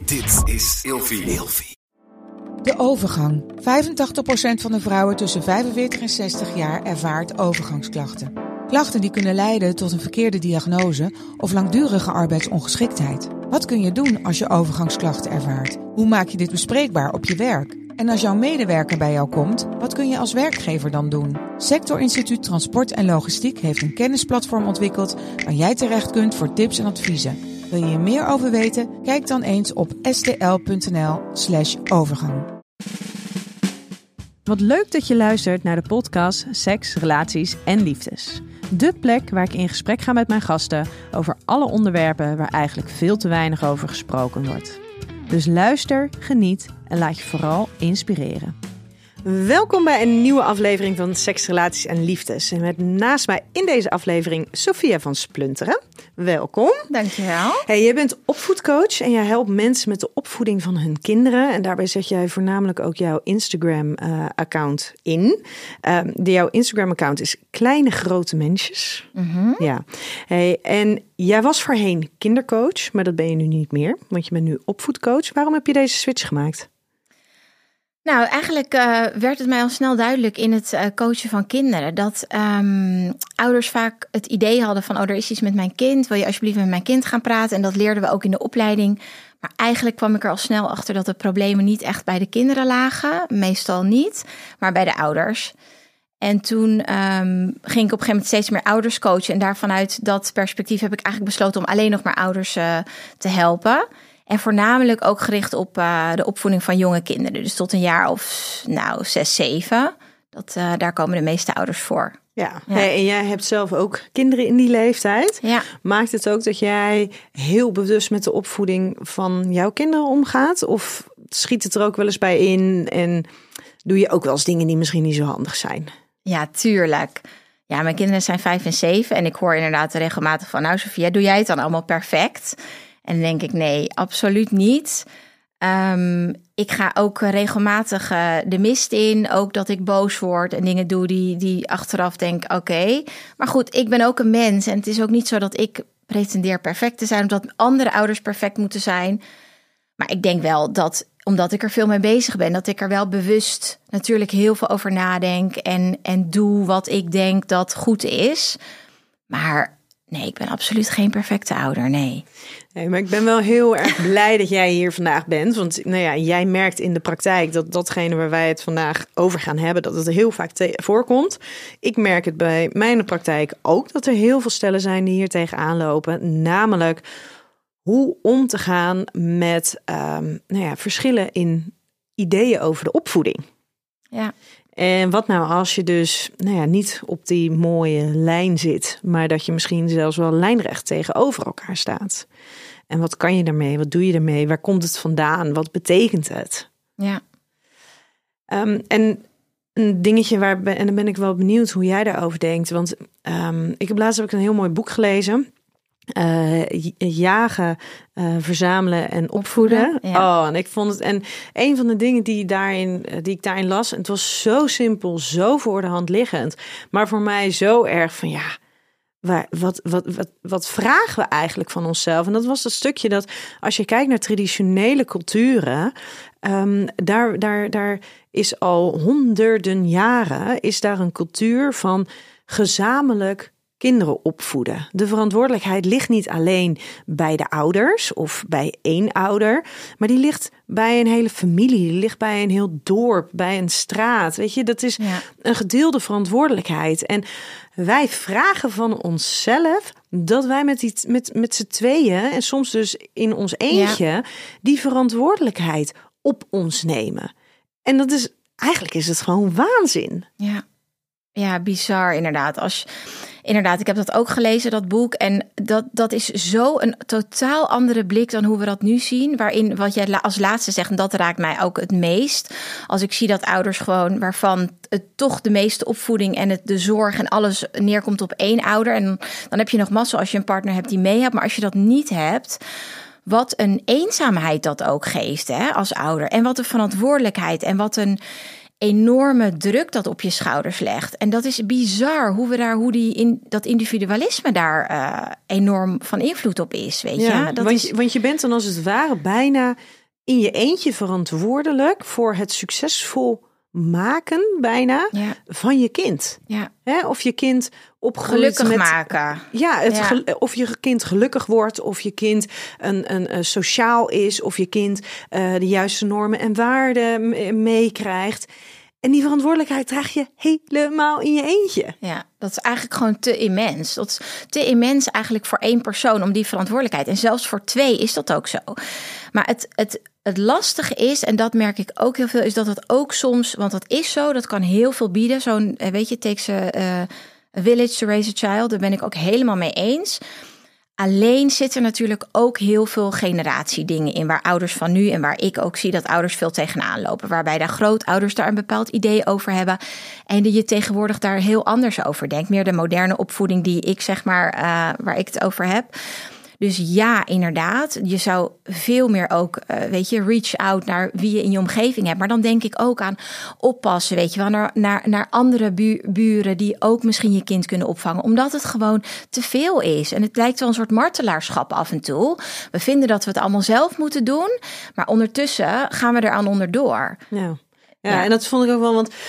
Dit is Ilfie. De overgang. 85% van de vrouwen tussen 45 en 60 jaar ervaart overgangsklachten. Klachten die kunnen leiden tot een verkeerde diagnose of langdurige arbeidsongeschiktheid. Wat kun je doen als je overgangsklachten ervaart? Hoe maak je dit bespreekbaar op je werk? En als jouw medewerker bij jou komt, wat kun je als werkgever dan doen? Sector Instituut Transport en Logistiek heeft een kennisplatform ontwikkeld waar jij terecht kunt voor tips en adviezen. Wil je hier meer over weten? Kijk dan eens op stl.nl/overgang. Wat leuk dat je luistert naar de podcast Seks, Relaties en Liefdes. De plek waar ik in gesprek ga met mijn gasten over alle onderwerpen waar eigenlijk veel te weinig over gesproken wordt. Dus luister, geniet en laat je vooral inspireren. Welkom bij een nieuwe aflevering van Seks, Relaties en Liefdes. En met naast mij in deze aflevering Sophia van Splunteren. Welkom. Dankjewel. Hey, jij bent opvoedcoach en jij helpt mensen met de opvoeding van hun kinderen. En daarbij zet jij voornamelijk ook jouw Instagram-account in. Jouw Instagram-account is Kleine Grote Mensjes. Mm-hmm. Ja. Hey, en jij was voorheen kindercoach, maar dat ben je nu niet meer. Want je bent nu opvoedcoach. Waarom heb je deze switch gemaakt? Nou, eigenlijk werd het mij al snel duidelijk in het coachen van kinderen. Dat ouders vaak het idee hadden van, er is iets met mijn kind. Wil je alsjeblieft met mijn kind gaan praten? En dat leerden we ook in de opleiding. Maar eigenlijk kwam ik er al snel achter dat de problemen niet echt bij de kinderen lagen. Meestal niet, maar bij de ouders. En toen ging ik op een gegeven moment steeds meer ouders coachen. En vanuit dat perspectief heb ik eigenlijk besloten om alleen nog maar ouders te helpen. En voornamelijk ook gericht op de opvoeding van jonge kinderen. Dus tot een jaar of 6, 7. Daar komen de meeste ouders voor. Ja. Hey, en jij hebt zelf ook kinderen in die leeftijd. Ja. Maakt het ook dat jij heel bewust met de opvoeding van jouw kinderen omgaat? Of schiet het er ook wel eens bij in? En doe je ook wel eens dingen die misschien niet zo handig zijn? Ja, tuurlijk. Ja, mijn kinderen zijn 5 en 7. En ik hoor inderdaad regelmatig van, Sophia, doe jij het dan allemaal perfect? En dan denk ik, nee, absoluut niet. Ik ga ook regelmatig de mist in. Ook dat ik boos word en dingen doe die achteraf denk, oké. Maar goed, ik ben ook een mens. En het is ook niet zo dat ik pretendeer perfect te zijn. Of dat andere ouders perfect moeten zijn. Maar ik denk wel dat, omdat ik er veel mee bezig ben, dat ik er wel bewust natuurlijk heel veel over nadenk. En doe wat ik denk dat goed is. Maar nee, ik ben absoluut geen perfecte ouder, nee. Nee, maar ik ben wel heel erg blij dat jij hier vandaag bent. Want jij merkt in de praktijk dat datgene waar wij het vandaag over gaan hebben, dat het heel vaak voorkomt. Ik merk het bij mijn praktijk ook, dat er heel veel stellen zijn die hier tegenaan lopen. Namelijk hoe om te gaan met verschillen in ideeën over de opvoeding. Ja. En wat nou als je dus niet op die mooie lijn zit, maar dat je misschien zelfs wel lijnrecht tegenover elkaar staat. En wat kan je daarmee? Wat doe je ermee? Waar komt het vandaan? Wat betekent het? Ja. En een dingetje en dan ben ik wel benieuwd hoe jij daarover denkt. Want ik heb laatst een heel mooi boek gelezen. Jagen, verzamelen en opvoeden. Ja. En ik vond het. En een van de dingen die ik daarin las, en het was zo simpel, zo voor de hand liggend, maar voor mij zo erg van wat vragen we eigenlijk van onszelf? En dat was dat stukje dat als je kijkt naar traditionele culturen, daar is al honderden jaren is daar een cultuur van gezamenlijk kinderen opvoeden. De verantwoordelijkheid ligt niet alleen bij de ouders of bij één ouder, maar die ligt bij een hele familie, die ligt bij een heel dorp, bij een straat. Weet je, dat is een gedeelde verantwoordelijkheid. En wij vragen van onszelf dat wij met z'n tweeën en soms dus in ons eentje die verantwoordelijkheid op ons nemen. En eigenlijk is het gewoon waanzin. Ja, bizar inderdaad. Inderdaad, ik heb dat ook gelezen, dat boek. En dat is zo een totaal andere blik dan hoe we dat nu zien. Waarin, wat jij als laatste zegt, en dat raakt mij ook het meest. Als ik zie dat ouders gewoon, waarvan het toch de meeste opvoeding en de zorg en alles neerkomt op één ouder. En dan heb je nog massa als je een partner hebt die meehelpt. Maar als je dat niet hebt, wat een eenzaamheid dat ook geeft, hè, als ouder. En wat een verantwoordelijkheid en wat een enorme druk dat op je schouders legt. En dat is bizar dat individualisme daar enorm van invloed op is, weet je? Want je bent dan als het ware bijna in je eentje verantwoordelijk voor het succesvol maken bijna van je kind. Ja. Of je kind opgroeit gelukkig met, maken. Ja, of je kind gelukkig wordt, of je kind een sociaal is, of je kind de juiste normen en waarden meekrijgt. En die verantwoordelijkheid draag je helemaal in je eentje. Ja, dat is eigenlijk gewoon te immens. Dat is te immens eigenlijk voor 1 persoon om die verantwoordelijkheid. En zelfs voor 2 is dat ook zo. Maar het lastige is, en dat merk ik ook heel veel, is dat het ook soms, want dat is zo, dat kan heel veel bieden. Zo'n, weet je, takes a village to raise a child. Daar ben ik ook helemaal mee eens. Alleen zitten natuurlijk ook heel veel generatiedingen in, waar ouders van nu en waar ik ook zie dat ouders veel tegenaan lopen. Waarbij de grootouders daar een bepaald idee over hebben en die je tegenwoordig daar heel anders over denkt. Meer de moderne opvoeding die ik zeg maar, waar ik het over heb. Dus ja, inderdaad, je zou veel meer ook, reach out naar wie je in je omgeving hebt. Maar dan denk ik ook aan oppassen, weet je wel, naar andere buren die ook misschien je kind kunnen opvangen. Omdat het gewoon te veel is. En het lijkt wel een soort martelaarschap af en toe. We vinden dat we het allemaal zelf moeten doen, maar ondertussen gaan we eraan onderdoor. Ja, en dat vond ik ook wel, want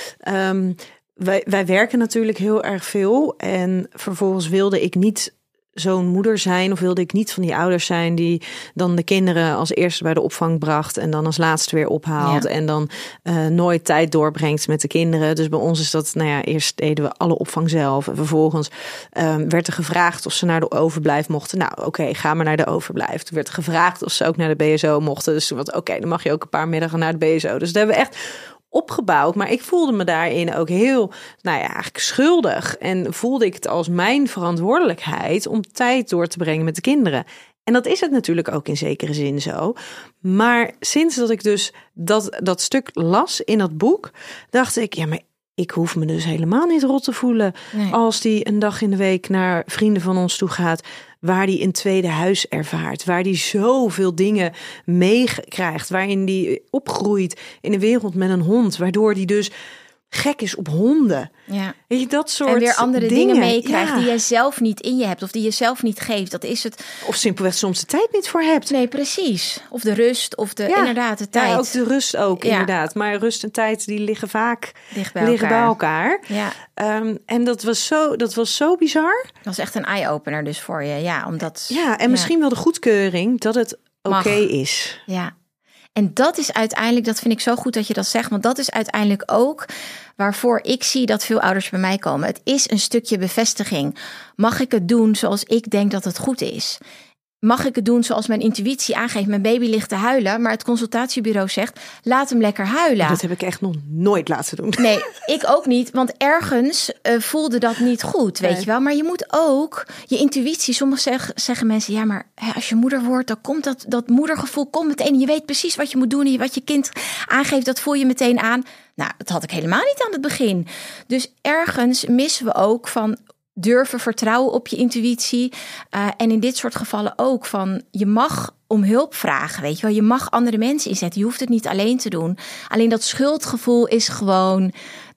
wij werken natuurlijk heel erg veel. En vervolgens wilde ik niet zo'n moeder zijn, of wilde ik niet van die ouders zijn die dan de kinderen als eerste bij de opvang bracht en dan als laatste weer ophaalt en dan nooit tijd doorbrengt met de kinderen. Dus bij ons is dat, eerst deden we alle opvang zelf en vervolgens werd er gevraagd of ze naar de overblijf mochten. Nou, oké, ga maar naar de overblijf. Toen werd er gevraagd of ze ook naar de BSO mochten. Dus toen was oké, dan mag je ook een paar middagen naar de BSO. Dus dat hebben we echt opgebouwd, maar ik voelde me daarin ook heel, eigenlijk schuldig. En voelde ik het als mijn verantwoordelijkheid om tijd door te brengen met de kinderen. En dat is het natuurlijk ook in zekere zin zo. Maar sinds dat ik dus dat stuk las in dat boek, dacht ik, maar ik hoef me dus helemaal niet rot te voelen als die een dag in de week naar vrienden van ons toe gaat, waar die een tweede huis ervaart, waar die zoveel dingen meekrijgt, waarin die opgroeit in een wereld met een hond, waardoor die dus gek is op honden. Ja. Weet je, dat soort en weer andere dingen meekrijgt die je jij zelf niet in je hebt of die je zelf niet geeft. Dat is het. Of simpelweg soms de tijd niet voor hebt. Nee, precies. Of de rust of inderdaad de tijd. Ja, ook de rust ook, inderdaad. Maar rust en tijd die liggen vaak bij elkaar. Ja. En dat was zo bizar. Dat was echt een eye-opener dus voor je. Ja, omdat. Ja, en misschien wel de goedkeuring dat het oké is. Ja. En dat is uiteindelijk, dat vind ik zo goed dat je dat zegt, want dat is uiteindelijk ook waarvoor ik zie dat veel ouders bij mij komen. Het is een stukje bevestiging. Mag ik het doen zoals ik denk dat het goed is? Mag ik het doen zoals mijn intuïtie aangeeft? Mijn baby ligt te huilen, maar het consultatiebureau zegt, laat hem lekker huilen. Dat heb ik echt nog nooit laten doen. Nee, ik ook niet, want ergens voelde dat niet goed, weet je wel. Maar je moet ook je intuïtie, soms zeggen mensen, ja, maar als je moeder wordt, dan komt dat moedergevoel komt meteen. Je weet precies wat je moet doen en wat je kind aangeeft, dat voel je meteen aan. Nou, dat had ik helemaal niet aan het begin. Dus ergens missen we ook van durven vertrouwen op je intuïtie. En in dit soort gevallen ook van, je mag om hulp vragen, weet je wel. Je mag andere mensen inzetten. Je hoeft het niet alleen te doen. Alleen dat schuldgevoel is gewoon,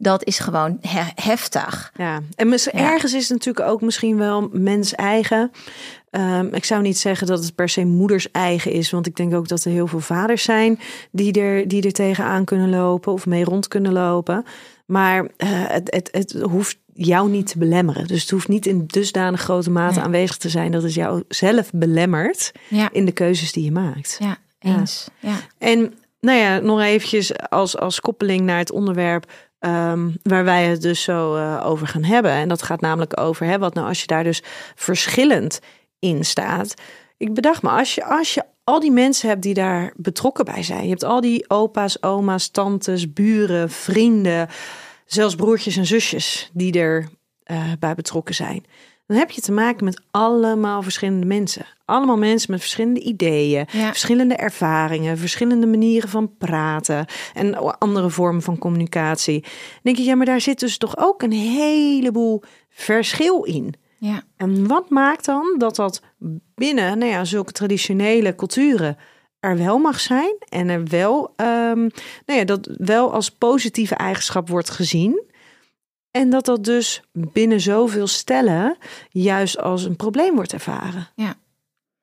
heftig. Ja, en ergens is het natuurlijk ook misschien wel mens eigen. Ik zou niet zeggen dat het per se moeders eigen is, want ik denk ook dat er heel veel vaders zijn die er tegenaan kunnen lopen of mee rond kunnen lopen. Maar het hoeft jou niet te belemmeren. Dus het hoeft niet in dusdanig grote mate aanwezig te zijn dat het jou zelf belemmert in de keuzes die je maakt. Ja, eens. Ja. En nog eventjes als koppeling naar het onderwerp waar wij het dus zo over gaan hebben. En dat gaat namelijk over, wat nou als je daar dus verschillend in staat. Ik bedacht me, als je al die mensen hebt die daar betrokken bij zijn. Je hebt al die opa's, oma's, tantes, buren, vrienden, zelfs broertjes en zusjes die er bij betrokken zijn. Dan heb je te maken met allemaal verschillende mensen. Allemaal mensen met verschillende ideeën, verschillende ervaringen, verschillende manieren van praten en andere vormen van communicatie. Dan denk je, maar daar zit dus toch ook een heleboel verschil in. Ja. En wat maakt dan dat binnen zulke traditionele culturen er wel mag zijn en er wel dat wel als positieve eigenschap wordt gezien en dat dus binnen zoveel stellen juist als een probleem wordt ervaren? Ja.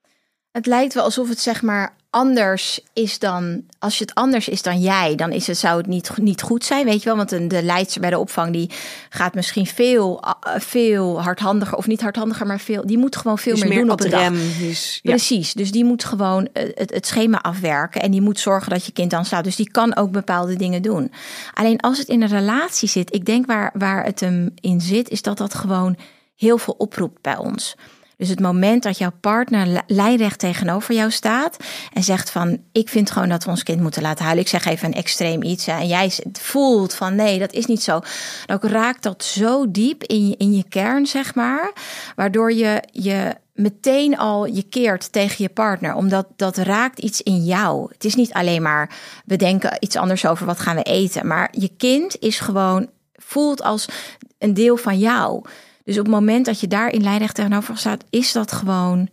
Het lijkt wel alsof het zeg maar anders is dan... Als het anders is dan jij, dan zou het niet goed zijn, weet je wel. Want de leidster bij de opvang, die gaat misschien veel hardhandiger... of niet hardhandiger, maar die moet gewoon veel meer doen op de dag. Precies, dus die moet gewoon het schema afwerken... en die moet zorgen dat je kind dan slaapt. Dus die kan ook bepaalde dingen doen. Alleen als het in een relatie zit... ik denk waar het hem in zit... is dat gewoon heel veel oproept bij ons... Dus het moment dat jouw partner lijnrecht tegenover jou staat en zegt van, ik vind gewoon dat we ons kind moeten laten huilen. Ik zeg even een extreem iets. En jij voelt van, nee, dat is niet zo. Dan raakt dat zo diep in je kern, zeg maar. Waardoor je meteen al je keert tegen je partner. Omdat dat raakt iets in jou. Het is niet alleen maar, we denken iets anders over wat gaan we eten. Maar je kind is gewoon, voelt als een deel van jou. Dus op het moment dat je daar in lijnrecht tegenover staat, is dat gewoon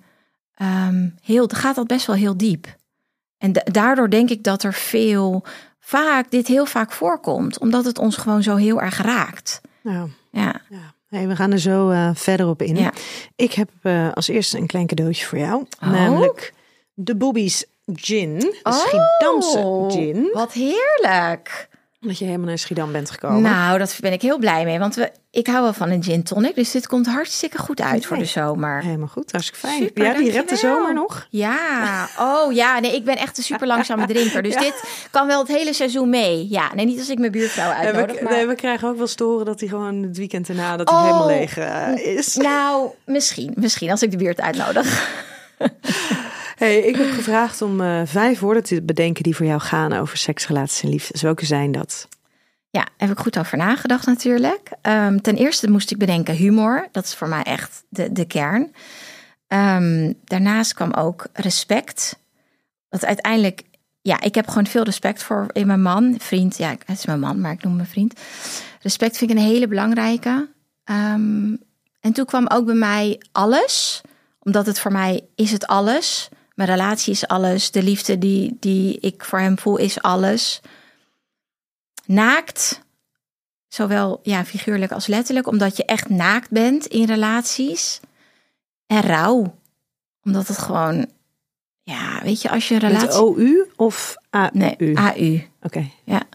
gaat dat best wel heel diep. En daardoor denk ik dat er dit heel vaak voorkomt, omdat het ons gewoon zo heel erg raakt. Ja. Hey, we gaan er zo verder op in. Ja. Ik heb als eerste een klein cadeautje voor jou, namelijk de Bobby's Gin, de Schiedamse gin. Wat heerlijk! Dat je helemaal naar Schiedam bent gekomen. Nou, dat ben ik heel blij mee. Want ik hou wel van een gin tonic. Dus dit komt hartstikke goed uit voor de zomer. Helemaal goed, hartstikke fijn. Super, die redt de zomer nog. Ja, nee, ik ben echt een super langzame drinker. Dus dit kan wel het hele seizoen mee. Ja, nee, niet als ik mijn buurvrouw uitnodig. We krijgen ook wel eens te horen dat hij gewoon het weekend erna dat hij helemaal leeg is. Nou, misschien als ik de buurt uitnodig. Hey, ik heb gevraagd om 5 woorden te bedenken die voor jou gaan over seks, relaties en liefde. Welke zijn dat? Ja, heb ik goed over nagedacht natuurlijk. Ten eerste moest ik bedenken humor. Dat is voor mij echt de kern. Daarnaast kwam ook respect. Dat uiteindelijk, ik heb gewoon veel respect voor in mijn man. Vriend, het is mijn man, maar ik noem hem mijn vriend. Respect vind ik een hele belangrijke. En toen kwam ook bij mij alles. Omdat het voor mij is het alles. Mijn relatie is alles. De liefde die ik voor hem voel is alles. Naakt. Zowel figuurlijk als letterlijk. Omdat je echt naakt bent in relaties. En rouw. Omdat het gewoon... Ja, weet je, als je een relatie... Met OU of AU? Nee, AU. Oké.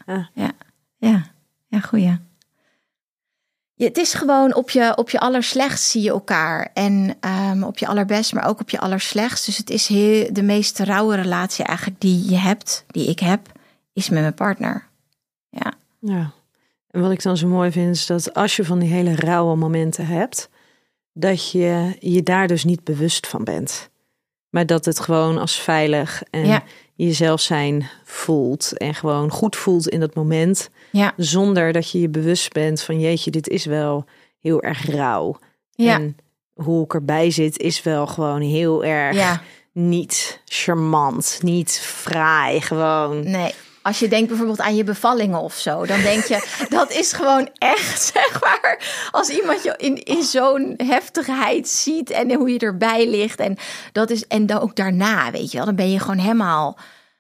Ja, goeie. Het is gewoon op je allerslechtst zie je elkaar. En op je allerbest, maar ook op je allerslechtst. Dus het is de meest rauwe relatie eigenlijk die ik heb, is met mijn partner. Ja. En wat ik dan zo mooi vind, is dat als je van die hele rauwe momenten hebt, dat je je daar dus niet bewust van bent. Maar dat het gewoon als veilig en jezelf zijn voelt. En gewoon goed voelt in dat moment. Ja. Zonder dat je je bewust bent van jeetje, dit is wel heel erg rauw. Ja. En hoe ik erbij zit is wel gewoon heel erg niet charmant, niet fraai, gewoon. Nee. Als je denkt bijvoorbeeld aan je bevallingen of zo, dan denk je, dat is gewoon echt, zeg maar, als iemand je in zo'n heftigheid ziet en hoe je erbij ligt. En dat is, en dan ook daarna, weet je wel, dan ben je gewoon helemaal,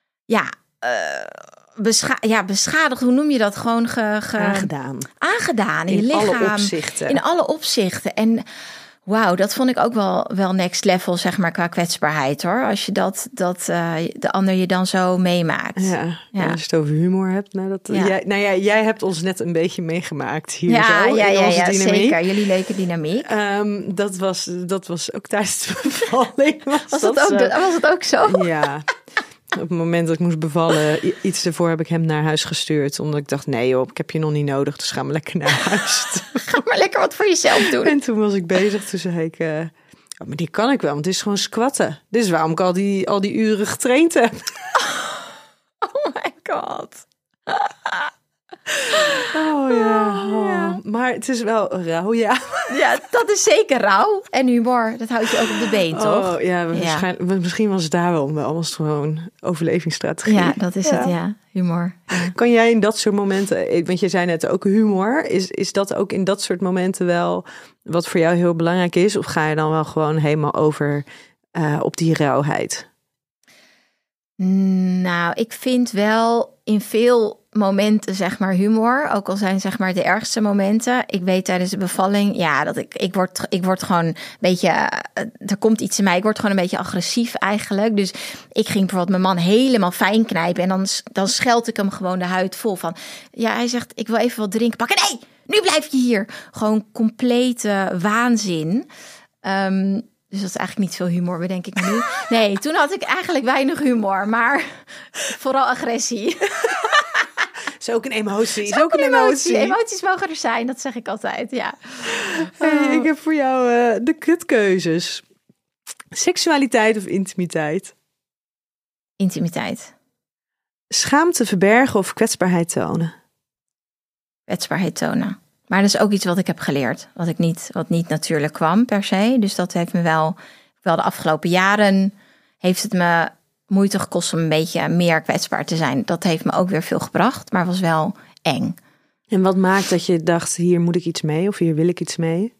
beschadigd. Hoe noem je dat? Gewoon aangedaan in je lichaam. Alle opzichten. In alle opzichten. En wauw, dat vond ik ook wel next level, zeg maar, qua kwetsbaarheid, hoor. Als je dat de ander je dan zo meemaakt. Ja. Als je het over humor hebt. Jij hebt ons net een beetje meegemaakt hier in onze dynamiek. Zeker. Jullie leuke dynamiek. Dat was ook tijdens de bevalling. Was het ook zo? Ja. Op het moment dat ik moest bevallen, iets ervoor heb ik hem naar huis gestuurd. Omdat ik dacht, nee joh, ik heb je nog niet nodig, dus ga maar lekker naar huis. Ga maar lekker wat voor jezelf doen. En toen was ik bezig, toen zei ik, maar die kan ik wel, want het is gewoon squatten. Dit is waarom ik al die uren getraind heb. Oh my god. Ja. Maar het is wel rauw, ja. Ja, dat is zeker rauw. En humor, dat houdt je ook op de been, toch? Oh ja, misschien was het daar wel, maar alles gewoon overlevingsstrategie. Ja, dat is het, humor. Ja. Kan jij in dat soort momenten, want je zei net ook humor, is dat ook in dat soort momenten wel wat voor jou heel belangrijk is? Of ga je dan wel gewoon helemaal over op die rauwheid? Nou, ik vind wel in veel momenten, zeg maar, humor. Ook al zijn, zeg maar, de ergste momenten. Ik weet tijdens de bevalling, dat ik word gewoon een beetje... er komt iets in mij. Ik word gewoon een beetje agressief eigenlijk. Dus ik ging bijvoorbeeld mijn man helemaal fijn knijpen. En dan scheld ik hem gewoon de huid vol van... Ja, hij zegt, ik wil even wat drinken pakken. Nee, nu blijf je hier. Gewoon complete waanzin. Dus dat is eigenlijk niet veel humor, bedenk ik nu. Nee, toen had ik eigenlijk weinig humor. Maar vooral agressie. Is ook een emotie. Is ook een emotie. Emoties mogen er zijn, dat zeg ik altijd, ja. Hey, ik heb voor jou de kutkeuzes. Seksualiteit of intimiteit? Intimiteit. Schaamte verbergen of kwetsbaarheid tonen? Kwetsbaarheid tonen. Maar dat is ook iets wat ik heb geleerd. Wat niet natuurlijk kwam per se. Dus dat heeft me wel de afgelopen jaren... heeft het me moeite gekost om een beetje meer kwetsbaar te zijn. Dat heeft me ook weer veel gebracht, maar was wel eng. En wat maakt dat je dacht, hier moet ik iets mee of hier wil ik iets mee?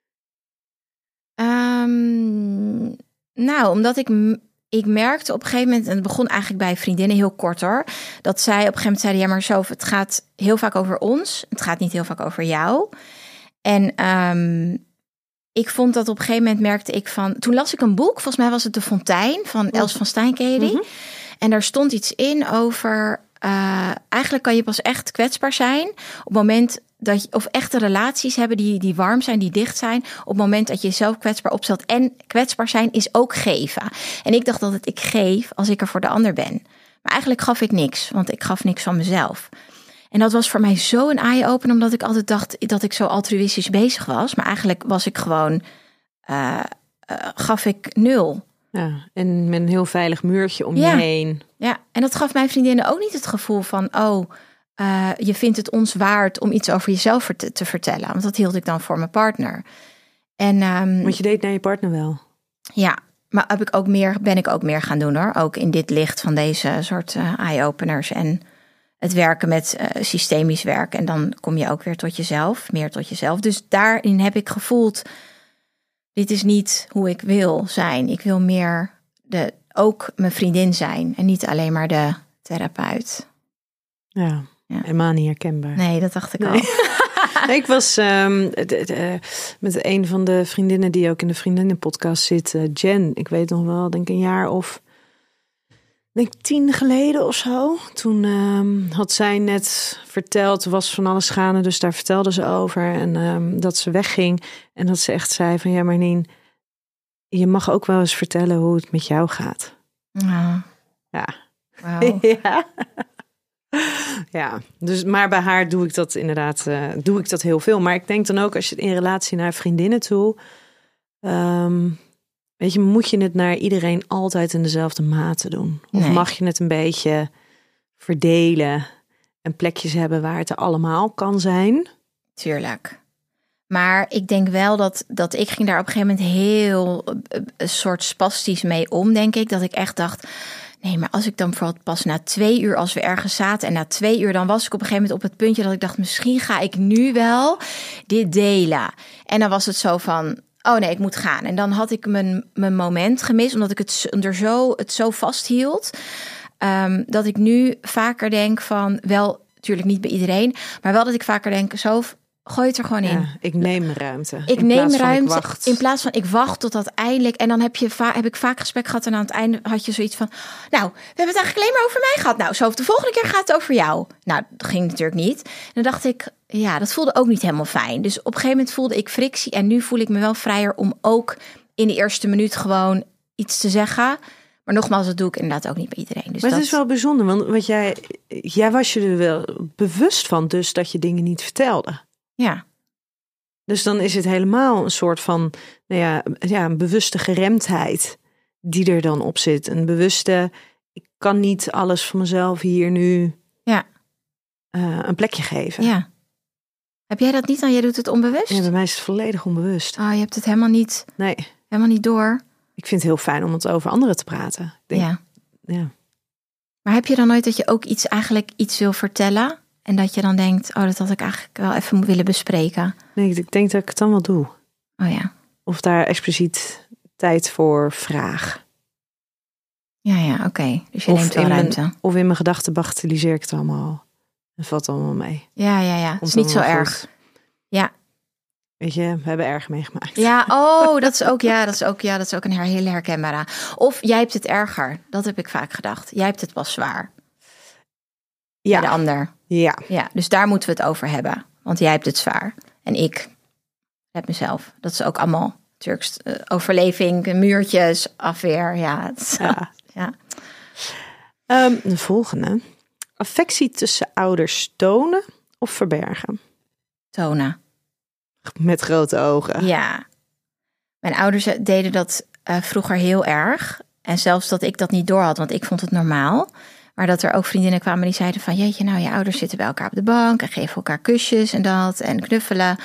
Omdat ik merkte op een gegeven moment, en het begon eigenlijk bij vriendinnen heel kort hoor, dat zij op een gegeven moment zeiden, ja maar Sof, het gaat heel vaak over ons. Het gaat niet heel vaak over jou. En ik vond dat op een gegeven moment merkte ik van... Toen las ik een boek, volgens mij was het De Fontein van Els van Steenkering. Mm-hmm. En daar stond iets in over... eigenlijk kan je pas echt kwetsbaar zijn op het moment dat je... Of echte relaties hebben die warm zijn, die dicht zijn... op het moment dat je jezelf kwetsbaar opstelt. En kwetsbaar zijn is ook geven. En ik dacht dat ik geef als ik er voor de ander ben. Maar eigenlijk gaf ik niks, want ik gaf niks van mezelf. En dat was voor mij zo een eye-opener, omdat ik altijd dacht dat ik zo altruïstisch bezig was. Maar eigenlijk was ik gewoon, gaf ik 0. Ja, en met een heel veilig muurtje om je heen. Ja, en dat gaf mijn vriendinnen ook niet het gevoel van, je vindt het ons waard om iets over jezelf te vertellen. Want dat hield ik dan voor mijn partner. En, want je deed naar je partner wel. Ja, maar ben ik ook meer gaan doen hoor. Ook in dit licht van deze soort eye-openers en... Het werken met systemisch werk. En dan kom je ook weer meer tot jezelf. Dus daarin heb ik gevoeld... dit is niet hoe ik wil zijn. Ik wil meer ook mijn vriendin zijn. En niet alleen maar de therapeut. Ja. Helemaal niet herkenbaar. Nee, dat dacht ik al. Nee, ik was met een van de vriendinnen... die ook in de vriendinnenpodcast zit. Jen, ik weet nog wel, denk een jaar of... denk 10 geleden of zo. Toen had zij net verteld, was van alles gaande, dus daar vertelde ze over. En dat ze wegging en dat ze echt zei van, ja Marnien, je mag ook wel eens vertellen hoe het met jou gaat. Ja. Wow. Ja. Ja, dus maar bij haar doe ik dat inderdaad, doe ik dat heel veel. Maar ik denk dan ook, als je het in relatie naar vriendinnen toe... weet je, moet je het naar iedereen altijd in dezelfde mate doen? Of mag je het een beetje verdelen en plekjes hebben waar het er allemaal kan zijn? Tuurlijk. Maar ik denk wel dat ik ging daar op een gegeven moment heel een soort spastisch mee om, denk ik. Dat ik echt dacht, nee, maar als ik dan bijvoorbeeld pas na 2 uur, als we ergens zaten... en na 2 uur, dan was ik op een gegeven moment op het puntje dat ik dacht... misschien ga ik nu wel dit delen. En dan was het zo van... oh nee, ik moet gaan. En dan had ik mijn moment gemist, omdat ik het zo vasthield. Dat ik nu vaker denk van, wel, natuurlijk niet bij iedereen, maar wel dat ik vaker denk, zo, gooi het er gewoon in. Ja, ik neem ruimte. Ik neem ruimte in plaats van ik wacht tot uiteindelijk. En dan heb ik vaak gesprek gehad en aan het einde had je zoiets van, nou, we hebben het eigenlijk alleen maar over mij gehad. Nou, zo de volgende keer gaat het over jou. Nou, dat ging natuurlijk niet. En dan dacht ik, ja, dat voelde ook niet helemaal fijn. Dus op een gegeven moment voelde ik frictie en nu voel ik me wel vrijer om ook in de eerste minuut gewoon iets te zeggen. Maar nogmaals, dat doe ik inderdaad ook niet bij iedereen. Dus maar het is wel bijzonder, want jij was je er wel bewust van dus dat je dingen niet vertelde. Ja. Dus dan is het helemaal een soort van, een bewuste geremdheid die er dan op zit. Een bewuste, ik kan niet alles van mezelf hier nu een plekje geven. Ja. Heb jij dat niet dan? Jij doet het onbewust? Ja, bij mij is het volledig onbewust. Oh, je hebt het helemaal niet. Nee. Helemaal niet door. Ik vind het heel fijn om het over anderen te praten. Ik denk, ja. Maar heb je dan nooit dat je ook iets wil vertellen? En dat je dan denkt, dat had ik eigenlijk wel even willen bespreken. Nee, ik denk dat ik het dan wel doe. Oh ja. Of daar expliciet tijd voor vraag. Ja, oké. Dus je neemt wel ruimte. Of in mijn gedachten bagatelliseer ik het allemaal Dat valt allemaal mee. Ja. Het is niet zo erg. Goed. Ja. Weet je, we hebben erg meegemaakt. Ja, dat is ook een hele herkenbare. Of jij hebt het erger. Dat heb ik vaak gedacht. Jij hebt het pas zwaar. Ja. Bij de ander. Ja. Dus daar moeten we het over hebben. Want jij hebt het zwaar. En ik heb mezelf. Dat is ook allemaal Turks overleving, muurtjes, afweer. Ja. De volgende. Affectie tussen ouders tonen of verbergen? Tonen. Met grote ogen. Ja. Mijn ouders deden dat vroeger heel erg. En zelfs dat ik dat niet door had, want ik vond het normaal. Maar dat er ook vriendinnen kwamen die zeiden van... jeetje, nou, je ouders zitten bij elkaar op de bank... en geven elkaar kusjes en dat en knuffelen.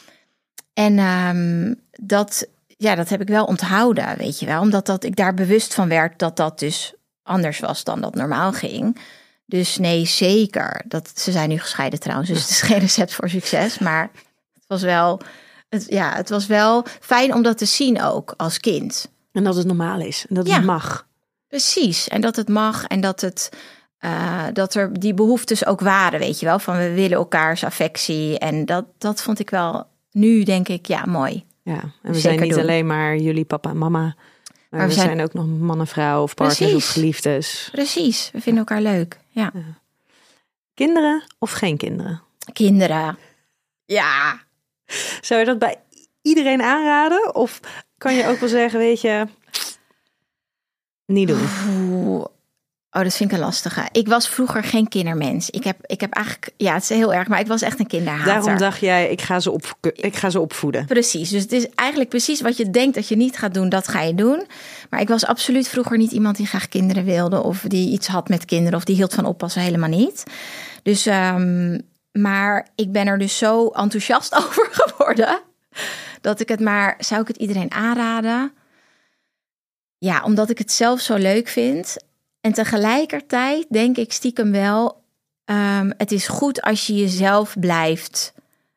En dat heb ik wel onthouden, weet je wel. Omdat ik daar bewust van werd dat dus anders was dan dat normaal ging. Dus nee, zeker. Ze zijn nu gescheiden trouwens, dus het is geen recept voor succes. Maar het was wel fijn om dat te zien ook als kind. En dat het normaal is en dat het mag. Precies, en dat het mag en dat er die behoeftes ook waren, weet je wel. Van we willen elkaars affectie en dat vond ik wel, nu denk ik, mooi. Ja, en we zijn niet alleen maar jullie papa en mama, maar we zijn ook nog man en vrouw of partners of geliefdes. Precies, we vinden elkaar leuk, ja. Kinderen of geen kinderen? Kinderen, ja. Zou je dat bij iedereen aanraden? Of kan je ook wel zeggen, weet je, niet doen? Dat vind ik een lastige. Ik was vroeger geen kindermens. Ik heb eigenlijk, het is heel erg, maar ik was echt een kinderhater. Daarom dacht jij, ik ga ze opvoeden. Precies, dus het is eigenlijk precies wat je denkt dat je niet gaat doen, dat ga je doen. Maar ik was absoluut vroeger niet iemand die graag kinderen wilde of die iets had met kinderen of die hield van oppassen, helemaal niet. Dus, maar ik ben er dus zo enthousiast over geworden dat ik zou ik het iedereen aanraden? Ja, omdat ik het zelf zo leuk vind. En tegelijkertijd denk ik stiekem wel, het is goed als je jezelf blijft.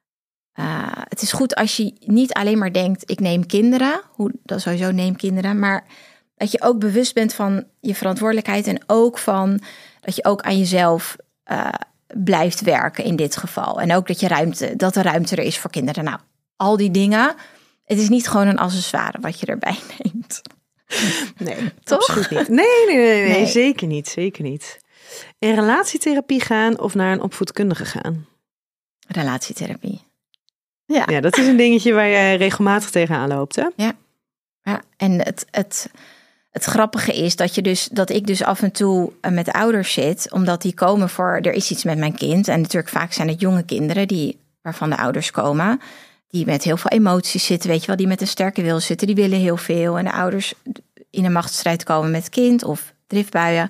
Het is goed als je niet alleen maar denkt, ik neem kinderen. Dat sowieso neem kinderen. Maar dat je ook bewust bent van je verantwoordelijkheid. En ook van dat je ook aan jezelf blijft werken in dit geval. En ook dat er ruimte er is voor kinderen. Nou, al die dingen. Het is niet gewoon een accessoire wat je erbij neemt. Nee, toch? Absoluut niet. Nee, zeker niet. In relatietherapie gaan of naar een opvoedkundige gaan? Relatietherapie. Ja, dat is een dingetje waar je regelmatig tegenaan loopt, hè? Ja, en het grappige is dat ik dus af en toe met ouders zit, omdat die komen er is iets met mijn kind. En natuurlijk vaak zijn het jonge kinderen waarvan de ouders komen, die met heel veel emoties zitten, weet je wel, die met een sterke wil zitten, die willen heel veel. En de ouders in een machtsstrijd komen met het kind of driftbuien.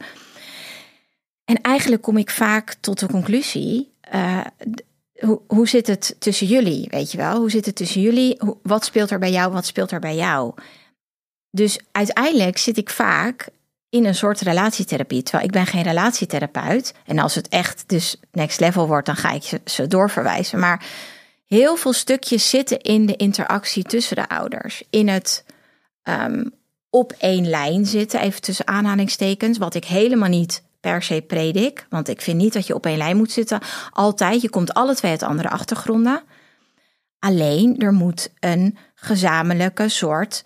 En eigenlijk kom ik vaak tot de conclusie, hoe zit het tussen jullie, weet je wel? Hoe zit het tussen jullie? Wat speelt er bij jou? Wat speelt er bij jou? Dus uiteindelijk zit ik vaak in een soort relatietherapie. Terwijl ik ben geen relatietherapeut. En als het echt dus next level wordt, dan ga ik ze doorverwijzen. Maar heel veel stukjes zitten in de interactie tussen de ouders. In het op één lijn zitten, even tussen aanhalingstekens. Wat ik helemaal niet per se predik. Want ik vind niet dat je op één lijn moet zitten. Altijd, je komt alle twee uit andere achtergronden. Alleen, er moet een gezamenlijke soort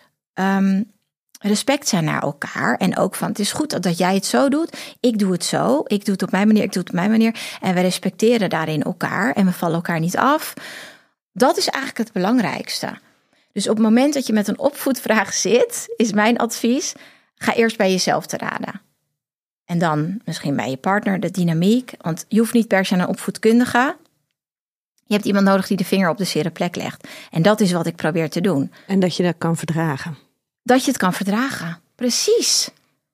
respect zijn naar elkaar. En ook van, het is goed dat jij het zo doet. Ik doe het zo. Ik doe het op mijn manier. Ik doe het op mijn manier. En we respecteren daarin elkaar. En we vallen elkaar niet af. Dat is eigenlijk het belangrijkste. Dus op het moment dat je met een opvoedvraag zit, is mijn advies, ga eerst bij jezelf te raden. En dan misschien bij je partner, de dynamiek. Want je hoeft niet per se een opvoedkundige. Je hebt iemand nodig die de vinger op de zere plek legt. En dat is wat ik probeer te doen. En dat je dat kan verdragen. Dat je het kan verdragen. Precies.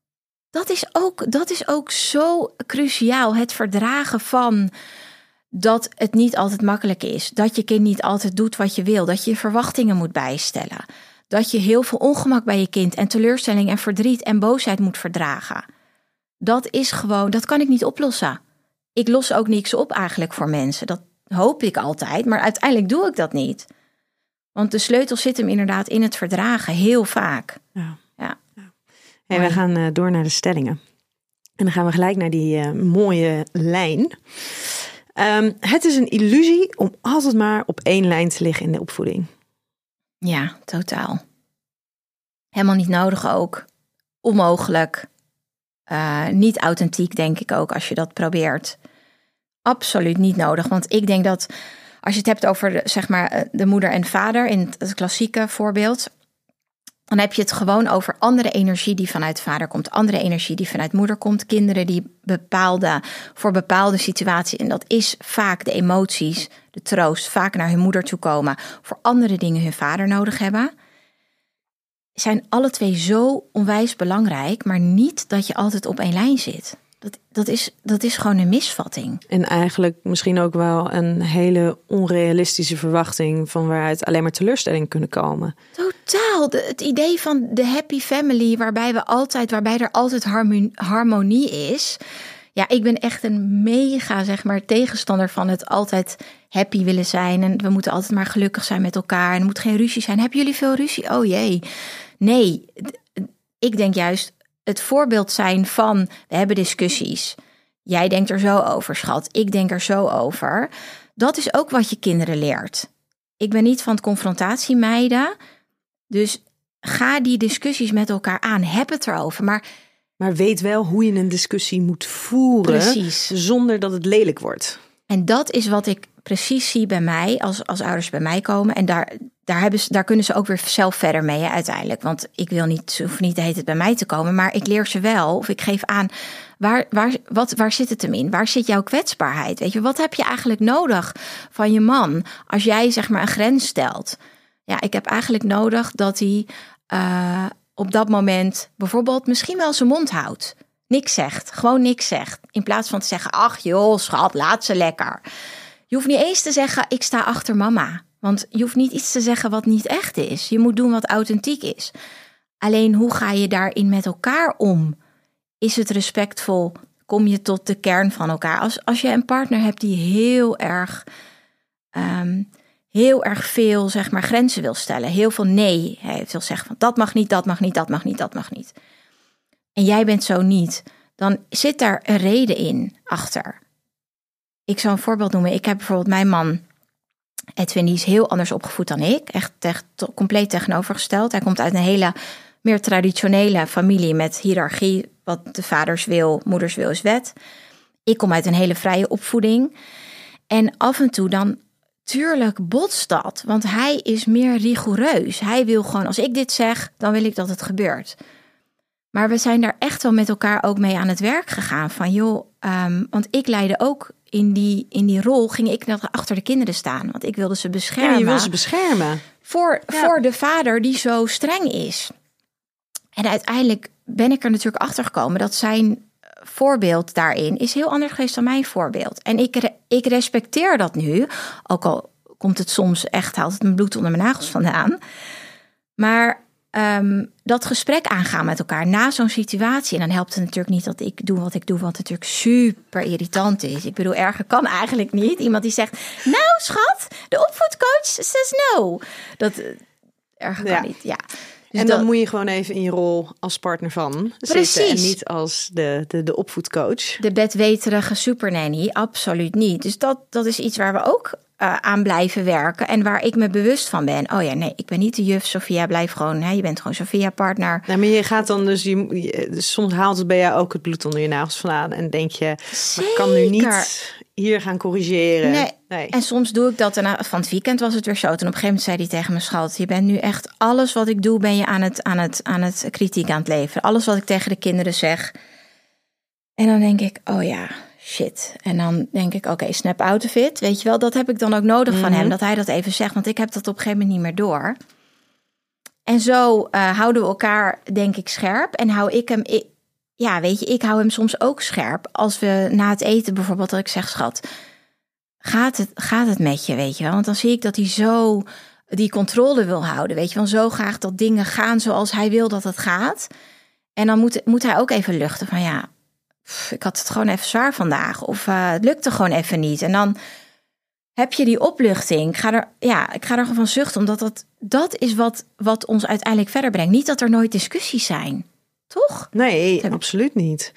Dat is ook zo cruciaal. Het verdragen van dat het niet altijd makkelijk is. Dat je kind niet altijd doet wat je wil. Dat je je verwachtingen moet bijstellen. Dat je heel veel ongemak bij je kind en teleurstelling en verdriet en boosheid moet verdragen. Dat is gewoon, dat kan ik niet oplossen. Ik los ook niks op eigenlijk voor mensen. Dat hoop ik altijd, maar uiteindelijk doe ik dat niet. Want de sleutel zit hem inderdaad in het verdragen, heel vaak. Ja. Hey, we gaan door naar de stellingen. En dan gaan we gelijk naar die mooie lijn. Het is een illusie om altijd maar op één lijn te liggen in de opvoeding. Ja, totaal. Helemaal niet nodig ook. Onmogelijk. Niet authentiek, denk ik ook, als je dat probeert. Absoluut niet nodig. Want ik denk dat als je het hebt over de moeder en vader in het klassieke voorbeeld, dan heb je het gewoon over andere energie die vanuit vader komt, andere energie die vanuit moeder komt, kinderen die voor bepaalde situaties, en dat is vaak de emoties, de troost, vaak naar hun moeder toe komen, voor andere dingen hun vader nodig hebben, zijn alle twee zo onwijs belangrijk, maar niet dat je altijd op één lijn zit. Dat is gewoon een misvatting. En eigenlijk misschien ook wel een hele onrealistische verwachting van waaruit alleen maar teleurstelling kunnen komen. Totaal. Het idee van de happy family, waarbij er altijd harmonie is. Ja, ik ben echt een mega, tegenstander van het altijd happy willen zijn. En we moeten altijd maar gelukkig zijn met elkaar. En er moet geen ruzie zijn. Hebben jullie veel ruzie? Oh jee. Nee, ik denk juist het voorbeeld zijn van, we hebben discussies. Jij denkt er zo over, schat. Ik denk er zo over. Dat is ook wat je kinderen leert. Ik ben niet van het confrontatie mijden. Dus ga die discussies met elkaar aan. Heb het erover. Maar weet wel hoe je een discussie moet voeren. Precies. Zonder dat het lelijk wordt. En dat is wat ik precies zie bij mij, als ouders bij mij komen. En daar kunnen ze ook weer zelf verder mee uiteindelijk. Want ik hoef niet de hele tijd bij mij te komen. Maar ik leer ze wel, of ik geef aan, waar zit het hem in? Waar zit jouw kwetsbaarheid? Weet je, wat heb je eigenlijk nodig van je man als jij een grens stelt? Ja, ik heb eigenlijk nodig dat hij op dat moment bijvoorbeeld misschien wel zijn mond houdt. Niks zegt, gewoon niks zegt. In plaats van te zeggen, ach joh, schat, laat ze lekker. Je hoeft niet eens te zeggen, ik sta achter mama. Want je hoeft niet iets te zeggen wat niet echt is. Je moet doen wat authentiek is. Alleen, hoe ga je daarin met elkaar om? Is het respectvol? Kom je tot de kern van elkaar? Als je een partner hebt die heel erg veel grenzen wil stellen. Heel veel nee. Hij wil zeggen van dat mag niet, dat mag niet, dat mag niet, dat mag niet. En jij bent zo niet. Dan zit daar een reden in achter. Ik zal een voorbeeld noemen. Ik heb bijvoorbeeld mijn man Edwin, die is heel anders opgevoed dan ik. Echt compleet tegenovergesteld. Hij komt uit een hele meer traditionele familie met hiërarchie. Wat de vaders wil, moeders wil is wet. Ik kom uit een hele vrije opvoeding. En af en toe dan, tuurlijk botst dat. Want hij is meer rigoureus. Hij wil gewoon, als ik dit zeg, dan wil ik dat het gebeurt. Maar we zijn daar echt wel met elkaar ook mee aan het werk gegaan. Van joh, want ik leidde ook in die rol, ging ik achter de kinderen staan. Want ik wilde ze beschermen. Ja, je wil ze beschermen. Voor de vader die zo streng is. En uiteindelijk ben ik er natuurlijk achter gekomen dat zijn voorbeeld daarin is heel anders geweest dan mijn voorbeeld. En ik respecteer dat nu. Ook al komt het soms echt, haalt het mijn bloed onder mijn nagels vandaan. Maar dat gesprek aangaan met elkaar na zo'n situatie. En dan helpt het natuurlijk niet dat ik doe wat ik doe, wat natuurlijk super irritant is. Ik bedoel, erger kan eigenlijk niet. Iemand die zegt, nou schat, de opvoedcoach says no. Dat erger kan niet, ja. Dus en dan moet je gewoon even in je rol als partner van zitten. En niet als de opvoedcoach. De bedweterige supernanny, absoluut niet. Dus dat is iets waar we ook aan blijven werken. En waar ik me bewust van ben. Oh ja, nee, ik ben niet de juf Sophia. Blijf gewoon, je bent gewoon Sophia partner. Nou, maar je gaat dan dus, soms haalt het bij jou ook het bloed onder je nagels vandaan. En denk je, maar ik kan nu niet hier gaan corrigeren. Nee. En soms doe ik dat. En van het weekend was het weer zo. Toen op een gegeven moment zei hij tegen me, schat, je bent nu echt alles wat ik doe, ben je aan het kritiek aan het leveren. Alles wat ik tegen de kinderen zeg. En dan denk ik, oh ja, shit. En dan denk ik, oké, snap out of it. Weet je wel, dat heb ik dan ook nodig van hem. Dat hij dat even zegt, want ik heb dat op een gegeven moment niet meer door. En zo houden we elkaar, denk ik, scherp. En hou ik hem... ik hou hem soms ook scherp. Als we na het eten bijvoorbeeld, dat ik zeg, schat, gaat het met je, weet je wel? Want dan zie ik dat hij zo die controle wil houden, weet je wel? Zo graag dat dingen gaan zoals hij wil dat het gaat. En dan moet hij ook even luchten van, ja, ik had het gewoon even zwaar vandaag. Of het lukte gewoon even niet. En dan heb je die opluchting. Ik ga er gewoon van zuchten, omdat dat is wat ons uiteindelijk verder brengt. Niet dat er nooit discussies zijn. toch? Nee, absoluut niet.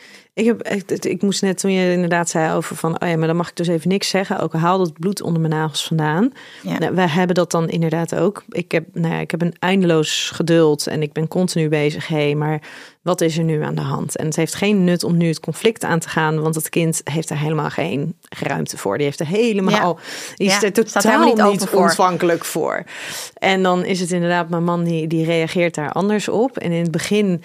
Ik moest net, toen je inderdaad zei over van... oh ja, maar dan mag ik dus even niks zeggen. Ook al haal het bloed onder mijn nagels vandaan. Ja. Nou, wij hebben dat dan inderdaad ook. Ik heb een eindeloos geduld en ik ben continu bezig. Maar wat is er nu aan de hand? En het heeft geen nut om nu het conflict aan te gaan... want het kind heeft er helemaal geen ruimte voor. Die heeft er helemaal... Die is er totaal niet ontvankelijk voor. En dan is het inderdaad mijn man die reageert daar anders op. En in het begin...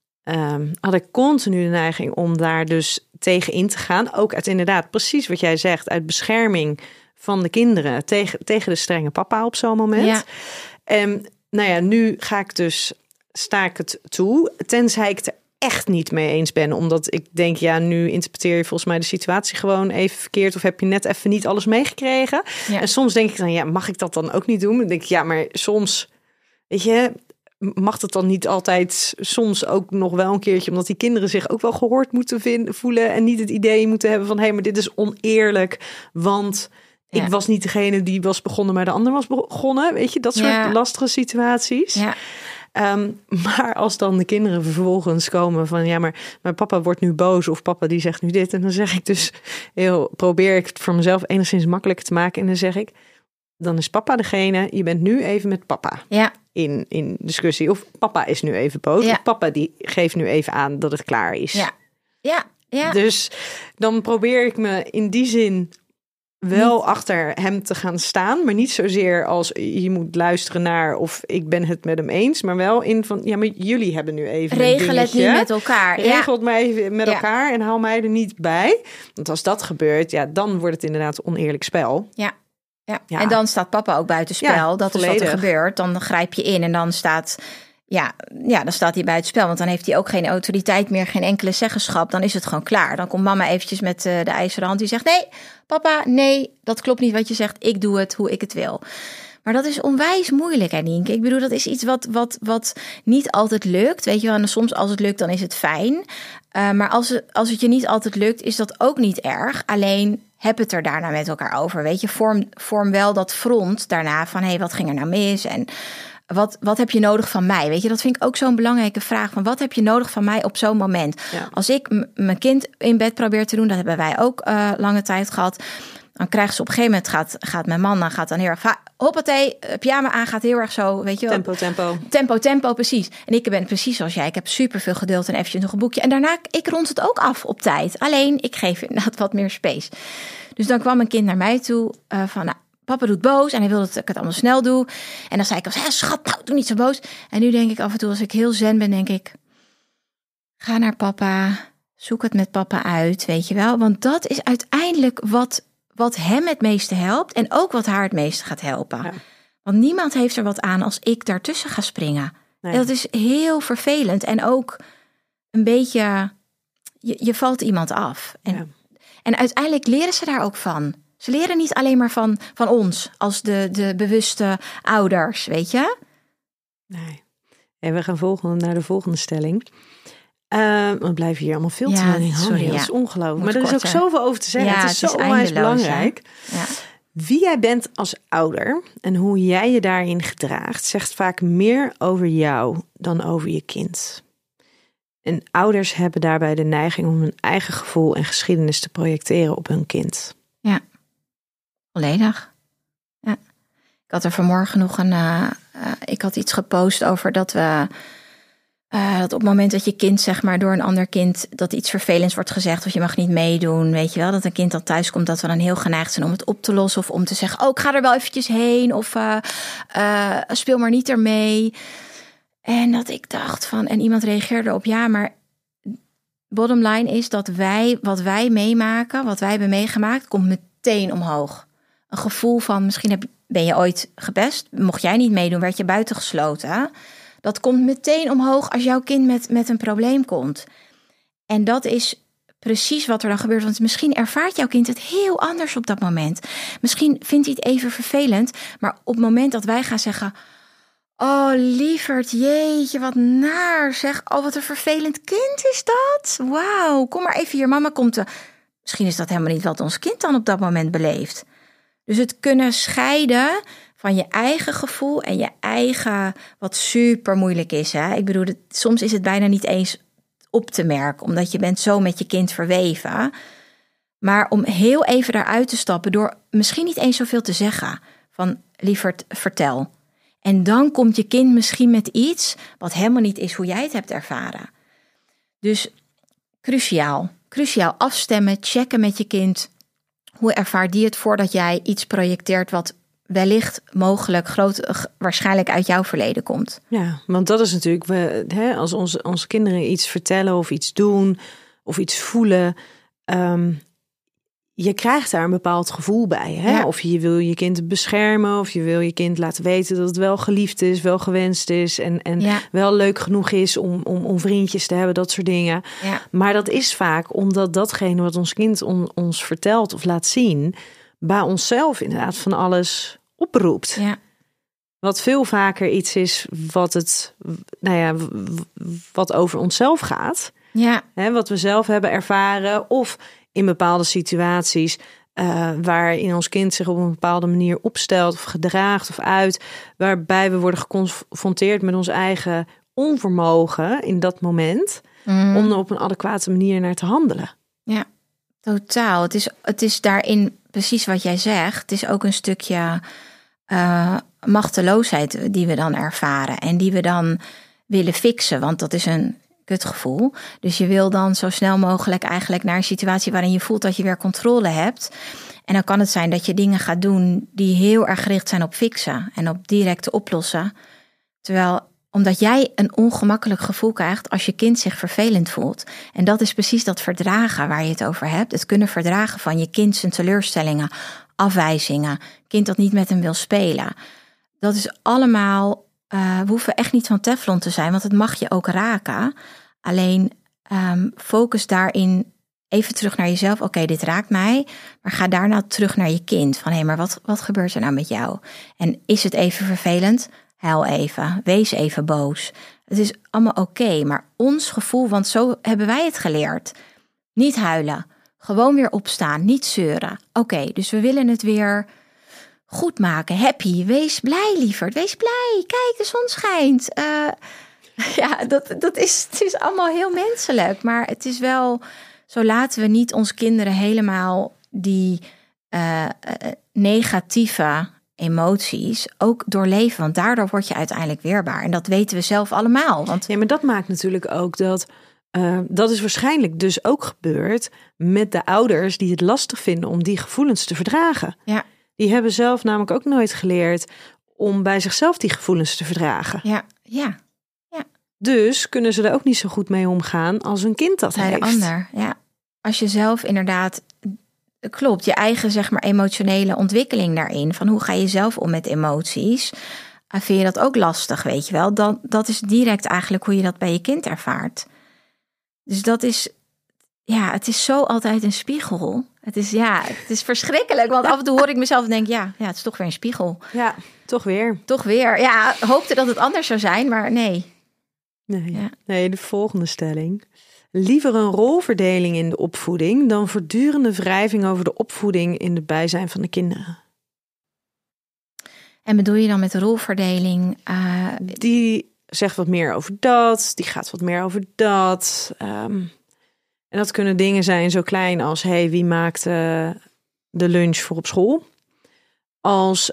had ik continu de neiging om daar dus tegen in te gaan. Ook uit inderdaad precies wat jij zegt. Uit bescherming van de kinderen tegen de strenge papa op zo'n moment. Ja. En nu sta ik het toe. Tenzij ik het er echt niet mee eens ben. Omdat ik denk, nu interpreteer je volgens mij de situatie gewoon even verkeerd. Of heb je net even niet alles meegekregen. Ja. En soms denk ik dan, mag ik dat dan ook niet doen? Dan denk ik, maar soms, weet je... mag het dan niet altijd soms ook nog wel een keertje... omdat die kinderen zich ook wel gehoord moeten voelen... en niet het idee moeten hebben van... maar dit is oneerlijk, want ik was niet degene die was begonnen... maar de ander was begonnen, weet je? Dat soort lastige situaties. Ja. Maar als dan de kinderen vervolgens komen van... maar papa wordt nu boos of papa die zegt nu dit... en dan zeg ik dus probeer ik het voor mezelf enigszins makkelijker te maken... en dan zeg ik, dan is papa degene... je bent nu even met papa. Ja. In discussie. Of papa is nu even boos. Ja. Of papa die geeft nu even aan dat het klaar is. Ja. Dus dan probeer ik me in die zin wel achter hem te gaan staan. Maar niet zozeer als je moet luisteren naar of ik ben het met hem eens. Maar wel in van, maar jullie hebben nu even regel het nu met elkaar. Regel het maar even met elkaar en hou mij er niet bij. Want als dat gebeurt, dan wordt het inderdaad oneerlijk spel. Ja, en dan staat papa ook buitenspel. Dat volledig. Is wat er gebeurt. Dan grijp je in en dan staat... dan staat hij buitenspel. Want dan heeft hij ook geen autoriteit meer, geen enkele zeggenschap. Dan is het gewoon klaar. Dan komt mama eventjes met de ijzeren hand. Die zegt, nee, papa, nee, dat klopt niet wat je zegt. Ik doe het hoe ik het wil. Maar dat is onwijs moeilijk, Nienke. Ik bedoel, dat is iets wat niet altijd lukt. Weet je wel, en soms als het lukt, dan is het fijn. Maar als het je niet altijd lukt, is dat ook niet erg. Alleen... heb het er daarna met elkaar over, weet je. Vorm wel dat front daarna van... wat ging er nou mis en wat heb je nodig van mij? Weet je, dat vind ik ook zo'n belangrijke vraag. Van wat heb je nodig van mij op zo'n moment? Ja. Als ik mijn kind in bed probeer te doen... dat hebben wij ook lange tijd gehad... dan krijgen ze op een gegeven moment... gaat mijn man dan heel erg... hoppatee, pyjama aan, gaat heel erg zo, weet je wel. Tempo, precies. En ik ben precies zoals jij. Ik heb superveel geduld en eventjes nog een boekje. En daarna, ik rond het ook af op tijd. Alleen, ik geef inderdaad wat meer space. Dus dan kwam een kind naar mij toe van... papa doet boos en hij wil dat ik het allemaal snel doe. En dan zei ik als schat, doe niet zo boos. En nu denk ik af en toe, als ik heel zen ben, denk ik... ga naar papa, zoek het met papa uit, weet je wel. Want dat is uiteindelijk wat hem het meeste helpt en ook wat haar het meeste gaat helpen. Ja. Want niemand heeft er wat aan als ik daartussen ga springen. Nee. Dat is heel vervelend en ook een beetje... Je valt iemand af. En uiteindelijk leren ze daar ook van. Ze leren niet alleen maar van ons als de bewuste ouders, weet je? Nee. En we gaan naar de volgende stelling. We blijven hier allemaal veel te lang in hangen. Dat is ongelooflijk. Maar er is ook zoveel over te zeggen. Het is zo onwijs belangrijk. Ja. Wie jij bent als ouder en hoe jij je daarin gedraagt... zegt vaak meer over jou dan over je kind. En ouders hebben daarbij de neiging om hun eigen gevoel en geschiedenis te projecteren op hun kind. Ja, volledig. Ja. Ik had er vanmorgen nog ik had iets gepost over dat we... dat op het moment dat je kind, zeg maar, door een ander kind... dat iets vervelends wordt gezegd of je mag niet meedoen, weet je wel... dat een kind dat thuis komt, dat we dan heel geneigd zijn om het op te lossen... of om te zeggen, ik ga er wel eventjes heen of speel maar niet ermee... En dat ik dacht van, en iemand reageerde erop, maar bottom line is dat wat wij meemaken, wat wij hebben meegemaakt, komt meteen omhoog. Een gevoel van, misschien ben je ooit gepest, mocht jij niet meedoen, werd je buitengesloten. Dat komt meteen omhoog als jouw kind met een probleem komt. En dat is precies wat er dan gebeurt, want misschien ervaart jouw kind het heel anders op dat moment. Misschien vindt hij het even vervelend, maar op het moment dat wij gaan zeggen... Oh, lieverd, jeetje, wat naar, zeg. Oh, wat een vervelend kind is dat. Wauw, kom maar even hier, mama komt. Misschien is dat helemaal niet wat ons kind dan op dat moment beleeft. Dus het kunnen scheiden van je eigen gevoel en je eigen, wat super moeilijk is. Hè? Ik bedoel, soms is het bijna niet eens op te merken, omdat je bent zo met je kind verweven. Maar om heel even daaruit te stappen door misschien niet eens zoveel te zeggen. Van lieverd, vertel. En dan komt je kind misschien met iets wat helemaal niet is hoe jij het hebt ervaren. Dus cruciaal afstemmen, checken met je kind. Hoe ervaart die het voordat jij iets projecteert wat wellicht mogelijk waarschijnlijk uit jouw verleden komt. Ja, want dat is natuurlijk, als onze kinderen iets vertellen of iets doen of iets voelen, je krijgt daar een bepaald gevoel bij. Hè? Ja. Of je wil je kind beschermen, of je wil je kind laten weten dat het wel geliefd is, wel gewenst is en wel leuk genoeg is om vriendjes te hebben, dat soort dingen. Ja. Maar dat is vaak omdat datgene wat ons kind ons vertelt of laat zien, bij onszelf inderdaad van alles oproept. Ja. Wat veel vaker iets is wat over onszelf gaat. Ja. Hè, wat we zelf hebben ervaren of in bepaalde situaties waarin ons kind zich op een bepaalde manier opstelt of gedraagt of uit, waarbij we worden geconfronteerd met ons eigen onvermogen in dat moment om er op een adequate manier naar te handelen. Ja, totaal. Het is daarin precies wat jij zegt. Het is ook een stukje machteloosheid die we dan ervaren en die we dan willen fixen, want dat is een kutgevoel. Dus je wil dan zo snel mogelijk eigenlijk naar een situatie waarin je voelt dat je weer controle hebt. En dan kan het zijn dat je dingen gaat doen die heel erg gericht zijn op fixen en op directe oplossen. Terwijl, omdat jij een ongemakkelijk gevoel krijgt als je kind zich vervelend voelt. En dat is precies dat verdragen waar je het over hebt. Het kunnen verdragen van je kind zijn teleurstellingen, afwijzingen, kind dat niet met hem wil spelen. Dat is allemaal, we hoeven echt niet van Teflon te zijn, want het mag je ook raken. Alleen focus daarin even terug naar jezelf. Oké, dit raakt mij, maar ga daarna terug naar je kind. Van hé, maar wat gebeurt er nou met jou? En is het even vervelend? Huil even, wees even boos. Het is allemaal oké, maar ons gevoel, want zo hebben wij het geleerd. Niet huilen, gewoon weer opstaan, niet zeuren. Oké, dus we willen het weer goed maken, happy. Wees blij, lieverd, wees blij. Kijk, de zon schijnt. Ja, het is allemaal heel menselijk. Maar het is wel, zo laten we niet ons kinderen helemaal die negatieve emoties ook doorleven. Want daardoor word je uiteindelijk weerbaar. En dat weten we zelf allemaal. Want ja, maar dat maakt natuurlijk ook dat is waarschijnlijk dus ook gebeurd met de ouders die het lastig vinden om die gevoelens te verdragen. Ja. Die hebben zelf namelijk ook nooit geleerd om bij zichzelf die gevoelens te verdragen. Ja. Dus kunnen ze er ook niet zo goed mee omgaan als een kind dat heeft. De ander, ja. Als je zelf inderdaad, klopt, je eigen zeg maar emotionele ontwikkeling daarin, van hoe ga je zelf om met emoties, vind je dat ook lastig, weet je wel? Dat is direct eigenlijk hoe je dat bij je kind ervaart. Dus dat is, ja, het is zo altijd een spiegel. Het is verschrikkelijk, want af en toe hoor ik mezelf en denk, ja, het is toch weer een spiegel. Ja, toch weer. Ja, hoopte dat het anders zou zijn, maar nee. Nee, de volgende stelling. Liever een rolverdeling in de opvoeding dan voortdurende wrijving over de opvoeding in het bijzijn van de kinderen. En bedoel je dan met de rolverdeling? Die zegt wat meer over dat, die gaat wat meer over dat. En dat kunnen dingen zijn zo klein als, wie maakt de lunch voor op school? Als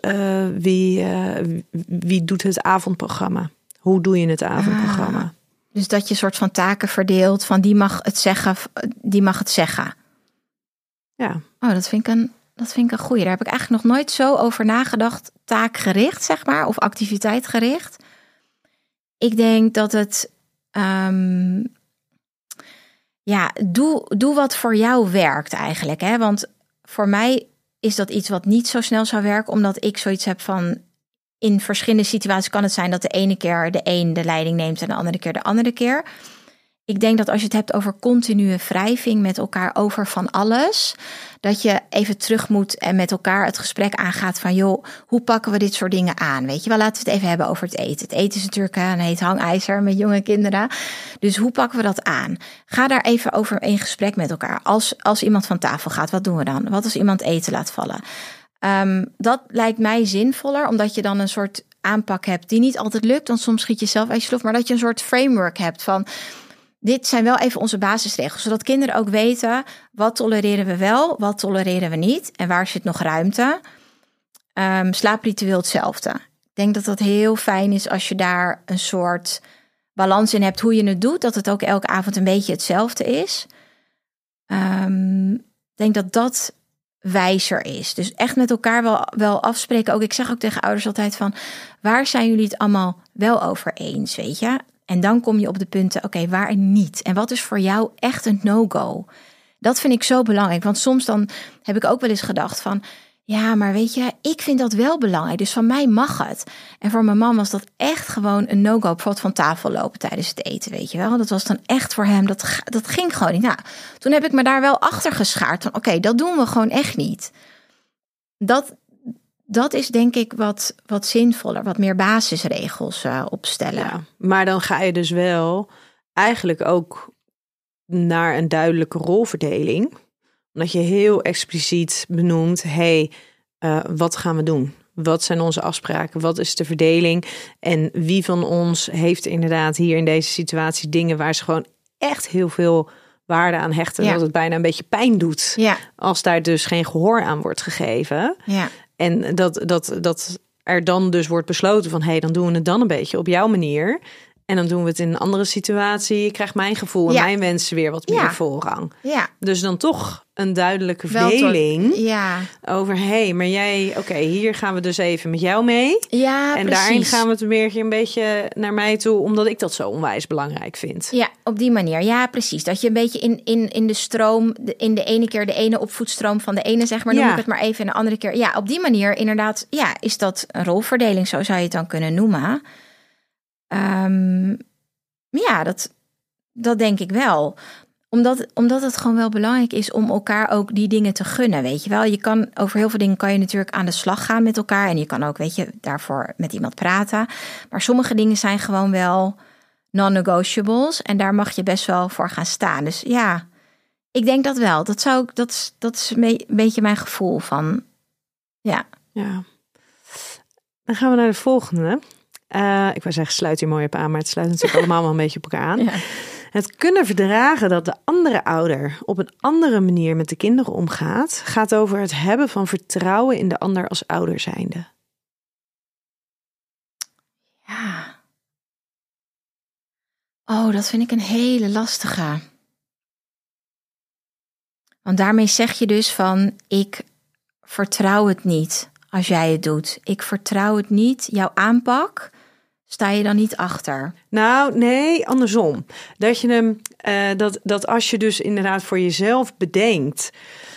wie doet het avondprogramma? Hoe doe je het avondprogramma? Dus dat je een soort van taken verdeelt van die mag het zeggen, die mag het zeggen. Ja. Oh, dat vind ik een goeie. Daar heb ik eigenlijk nog nooit zo over nagedacht. Taakgericht, zeg maar, of activiteitgericht. Ik denk dat het, doe wat voor jou werkt eigenlijk. Hè? Want voor mij is dat iets wat niet zo snel zou werken, omdat ik zoiets heb van, in verschillende situaties kan het zijn dat de ene keer de een de leiding neemt en de andere keer de andere keer. Ik denk dat als je het hebt over continue wrijving met elkaar over van alles, dat je even terug moet en met elkaar het gesprek aangaat van, joh, hoe pakken we dit soort dingen aan? Weet je wel, laten we het even hebben over het eten. Het eten is natuurlijk een heet hangijzer met jonge kinderen. Dus hoe pakken we dat aan? Ga daar even over in gesprek met elkaar. Als iemand van tafel gaat, wat doen we dan? Wat als iemand eten laat vallen? Dat lijkt mij zinvoller, omdat je dan een soort aanpak hebt die niet altijd lukt, want soms schiet je zelf uit je slof, maar dat je een soort framework hebt van, dit zijn wel even onze basisregels. Zodat kinderen ook weten, wat tolereren we wel, wat tolereren we niet. En waar zit nog ruimte? Slaapritueel hetzelfde. Ik denk dat dat heel fijn is als je daar een soort balans in hebt hoe je het doet. Dat het ook elke avond een beetje hetzelfde is. Ik denk dat dat wijzer is. Dus echt met elkaar wel afspreken. Ook ik zeg ook tegen ouders altijd van, waar zijn jullie het allemaal wel over eens, weet je? En dan kom je op de punten, oké, waar niet? En wat is voor jou echt een no-go? Dat vind ik zo belangrijk. Want soms dan heb ik ook wel eens gedacht van, ja, maar weet je, ik vind dat wel belangrijk. Dus van mij mag het. En voor mijn man was dat echt gewoon een no-go. Bijvoorbeeld van tafel lopen tijdens het eten, weet je wel. Dat was dan echt voor hem, dat ging gewoon niet. Nou, toen heb ik me daar wel achter geschaard. Van oké, dat doen we gewoon echt niet. Dat is denk ik wat zinvoller. Wat meer basisregels opstellen. Ja, maar dan ga je dus wel eigenlijk ook naar een duidelijke rolverdeling. Omdat je heel expliciet benoemt, wat gaan we doen? Wat zijn onze afspraken? Wat is de verdeling? En wie van ons heeft inderdaad hier in deze situatie dingen waar ze gewoon echt heel veel waarde aan hechten. Ja. Dat het bijna een beetje pijn doet. Ja. Als daar dus geen gehoor aan wordt gegeven. Ja. En dat er dan dus wordt besloten van, dan doen we het dan een beetje op jouw manier. En dan doen we het in een andere situatie. Je krijgt mijn gevoel en mijn wensen weer wat meer voorrang. Ja. Dus dan toch een duidelijke verdeling over, maar jij, hier gaan we dus even met jou mee. Ja, en precies. daarin gaan we het weer een beetje naar mij toe, omdat ik dat zo onwijs belangrijk vind. Ja, op die manier. Ja, precies. Dat je een beetje in de stroom, in de ene keer de ene opvoedstroom van de ene, zeg maar, noem ik het maar even, en de andere keer. Ja, op die manier inderdaad, is dat een rolverdeling, zo zou je het dan kunnen noemen. Dat denk ik wel. Omdat het gewoon wel belangrijk is om elkaar ook die dingen te gunnen, weet je wel. Je kan over heel veel dingen kan je natuurlijk aan de slag gaan met elkaar. En je kan ook, weet je, daarvoor met iemand praten. Maar sommige dingen zijn gewoon wel non-negotiables. En daar mag je best wel voor gaan staan. Dus ja, ik denk dat wel. Dat is een beetje mijn gevoel van, ja. Dan gaan we naar de volgende. Ik wou zeggen, sluit hier mooi op aan, maar het sluit natuurlijk allemaal wel een beetje op elkaar aan. Ja. Het kunnen verdragen dat de andere ouder op een andere manier met de kinderen omgaat, gaat over het hebben van vertrouwen in de ander als ouder zijnde. Ja. Oh, dat vind ik een hele lastige. Want daarmee zeg je dus van, ik vertrouw het niet als jij het doet. Ik vertrouw het niet, jouw aanpak. Sta je dan niet achter? Nou, nee, andersom. Dat je hem, dat als je dus inderdaad voor jezelf bedenkt,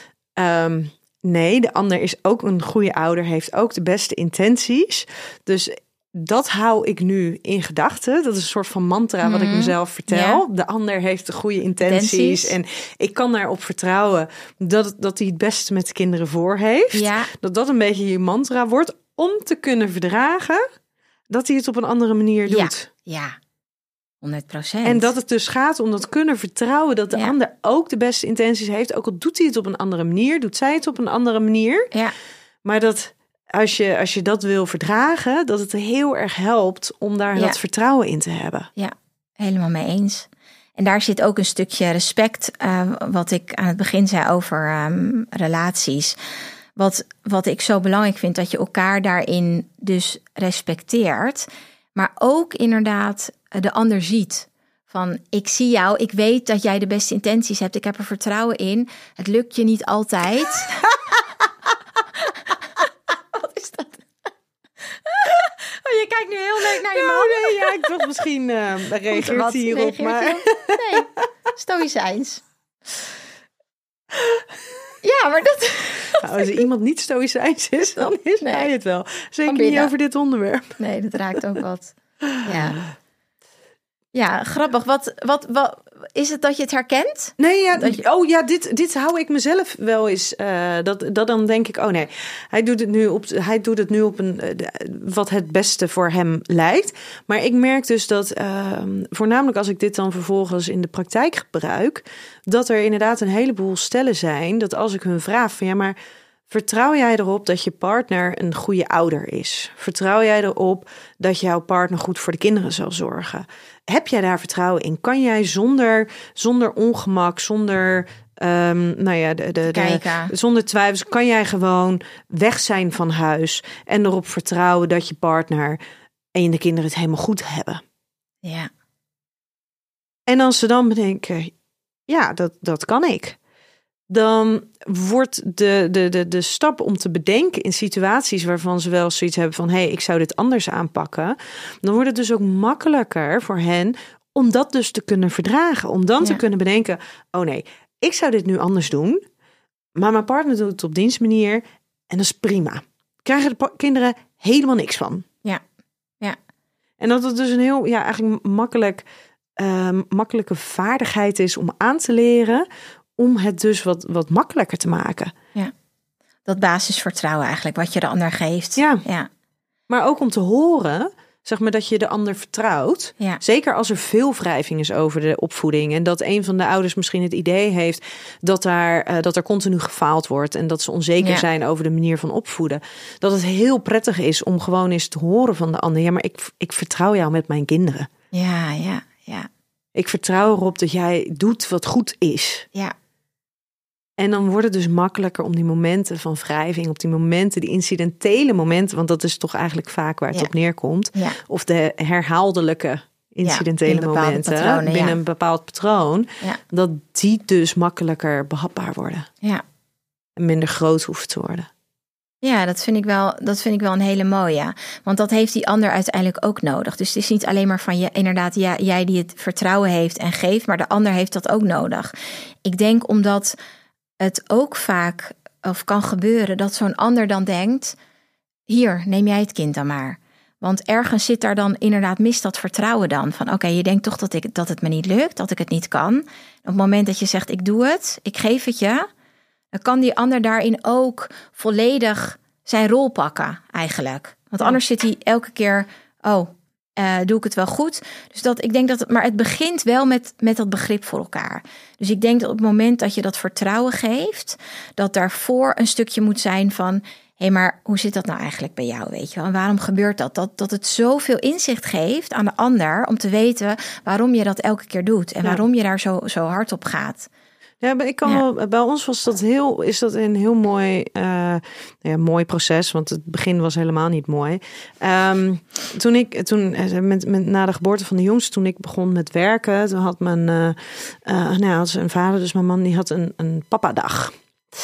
de ander is ook een goede ouder, heeft ook de beste intenties. Dus dat hou ik nu in gedachten. Dat is een soort van mantra wat ik mezelf vertel. Ja. De ander heeft de goede intenties. En ik kan daarop vertrouwen dat hij het beste met de kinderen voor heeft. Ja. Dat een beetje je mantra wordt om te kunnen verdragen dat hij het op een andere manier doet. Ja, 100%. En dat het dus gaat om dat kunnen vertrouwen dat de ander ook de beste intenties heeft. Ook al doet hij het op een andere manier, doet zij het op een andere manier. Ja. Maar dat als je dat wil verdragen, dat het heel erg helpt om daar dat vertrouwen in te hebben. Ja, helemaal mee eens. En daar zit ook een stukje respect, wat ik aan het begin zei over relaties. Wat ik zo belangrijk vind, dat je elkaar daarin dus respecteert. Maar ook inderdaad de ander ziet. Van, ik zie jou, ik weet dat jij de beste intenties hebt. Ik heb er vertrouwen in. Het lukt je niet altijd. Wat is dat? Oh, je kijkt nu heel leuk naar je man. Nee, ik dacht misschien reageert hij hierop. Maar... Nee, stoïcijns. Ja, maar dat... als er iemand niet stoïcijns is, dan is hij het wel. Zeker niet over dit onderwerp. Nee, dat raakt ook wat. Ja, grappig. Wat is het dat je het herkent? Nee, dit hou ik mezelf wel eens. Dat dan denk ik, hij doet het nu op een wat het beste voor hem lijkt. Maar ik merk dus dat voornamelijk als ik dit dan vervolgens in de praktijk gebruik, dat er inderdaad een heleboel stellen zijn dat als ik hun vraag van maar Vertrouw jij erop dat je partner een goede ouder is? Vertrouw jij erop dat jouw partner goed voor de kinderen zal zorgen? Heb jij daar vertrouwen in? Kan jij zonder ongemak, zonder zonder twijfels, kan jij gewoon weg zijn van huis en erop vertrouwen dat je partner en de kinderen het helemaal goed hebben? Ja. En als ze dan bedenken, ja, dat kan ik. Dan wordt de stap om te bedenken in situaties waarvan ze wel zoiets hebben van, ik zou dit anders aanpakken. Dan wordt het dus ook makkelijker voor hen om dat dus te kunnen verdragen. Om dan te kunnen bedenken, oh nee, ik zou dit nu anders doen. Maar mijn partner doet het op dienstmanier en dat is prima. Krijgen de kinderen helemaal niks van. Ja. En dat het dus een heel, eigenlijk makkelijke vaardigheid is om aan te leren, om het dus wat makkelijker te maken. Ja, dat basisvertrouwen eigenlijk, wat je de ander geeft. Ja. Maar ook om te horen, zeg maar, dat je de ander vertrouwt. Ja. Zeker als er veel wrijving is over de opvoeding. En dat een van de ouders misschien het idee heeft dat er continu gefaald wordt. En dat ze onzeker zijn over de manier van opvoeden. Dat het heel prettig is om gewoon eens te horen van de ander. Ja, maar ik vertrouw jou met mijn kinderen. Ja. Ik vertrouw erop dat jij doet wat goed is. Ja. En dan wordt het dus makkelijker om die momenten van wrijving, op die momenten, die incidentele momenten, want dat is toch eigenlijk vaak waar het op neerkomt. Ja. Of de herhaaldelijke incidentele momenten binnen een bepaald patroon. Ja. Dat die dus makkelijker behapbaar worden. Ja. En minder groot hoeven te worden. Ja, dat vind ik wel een hele mooie. Want dat heeft die ander uiteindelijk ook nodig. Dus het is niet alleen maar van je, inderdaad, jij die het vertrouwen heeft en geeft, maar de ander heeft dat ook nodig. Ik denk omdat het ook vaak of kan gebeuren dat zo'n ander dan denkt, hier, neem jij het kind dan maar. Want ergens zit daar dan inderdaad, mist dat vertrouwen dan. Van oké, je denkt toch dat het me niet lukt, dat ik het niet kan. Op het moment dat je zegt, ik doe het, ik geef het je, dan kan die ander daarin ook volledig zijn rol pakken eigenlijk. Want anders zit hij elke keer, doe ik het wel goed? Dus ik denk maar het begint wel met dat begrip voor elkaar. Dus ik denk dat op het moment dat je dat vertrouwen geeft, dat daarvoor een stukje moet zijn van, maar hoe zit dat nou eigenlijk bij jou, weet je wel? En waarom gebeurt dat? Dat het zoveel inzicht geeft aan de ander om te weten waarom je dat elke keer doet en waarom je daar zo hard op gaat. Ja, maar bij ons was dat is dat een heel mooi, mooi proces, want het begin was helemaal niet mooi. Na de geboorte van de jongste, toen ik begon met werken, toen had had zijn vader, dus mijn man, die had een papadag.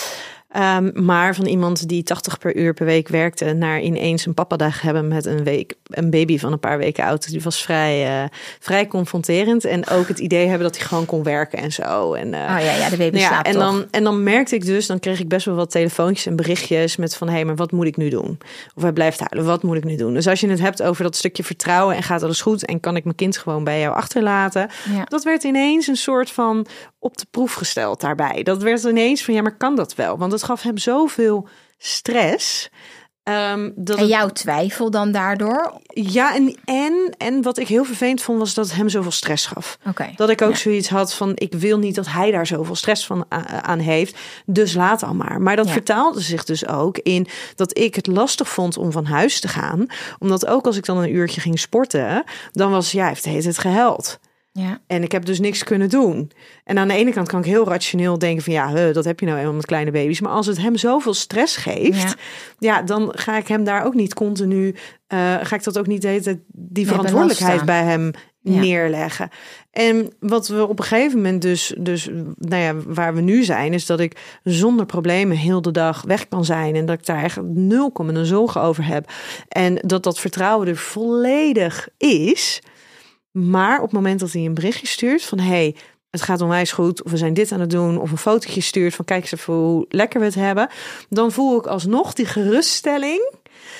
Maar van iemand die 80 uur per week werkte, naar ineens een papadag hebben met een baby van een paar weken oud. Die was vrij confronterend. En ook het idee hebben dat hij gewoon kon werken en zo. En, de baby slaapt toch. En dan merkte ik dus, dan kreeg ik best wel wat telefoontjes en berichtjes met van, maar wat moet ik nu doen? Of hij blijft huilen, wat moet ik nu doen? Dus als je het hebt over dat stukje vertrouwen en gaat alles goed en kan ik mijn kind gewoon bij jou achterlaten. Ja. Dat werd ineens een soort van op de proef gesteld daarbij. Dat werd ineens van, maar kan dat wel? Want het gaf hem zoveel stress. En jouw twijfel dan daardoor? Ja, en wat ik heel vervelend vond, was dat het hem zoveel stress gaf. Okay. Dat ik ook zoiets had van, ik wil niet dat hij daar zoveel stress van aan heeft. Dus laat al maar. Maar dat vertaalde zich dus ook in dat ik het lastig vond om van huis te gaan. Omdat ook als ik dan een uurtje ging sporten, dan was, heeft het gehuild. Ja. En ik heb dus niks kunnen doen. En aan de ene kant kan ik heel rationeel denken van, dat heb je nou eenmaal met kleine baby's. Maar als het hem zoveel stress geeft, dan ga ik hem daar ook niet continu, ga ik dat ook niet de hele tijd die verantwoordelijkheid bij hem neerleggen. En wat we op een gegeven moment dus waar we nu zijn, is dat ik zonder problemen heel de dag weg kan zijn. En dat ik daar echt 0 zorgen over heb. En dat vertrouwen er volledig is. Maar op het moment dat hij een berichtje stuurt van, het gaat onwijs goed, of we zijn dit aan het doen, of een fotootje stuurt van, kijk eens even hoe lekker we het hebben, dan voel ik alsnog die geruststelling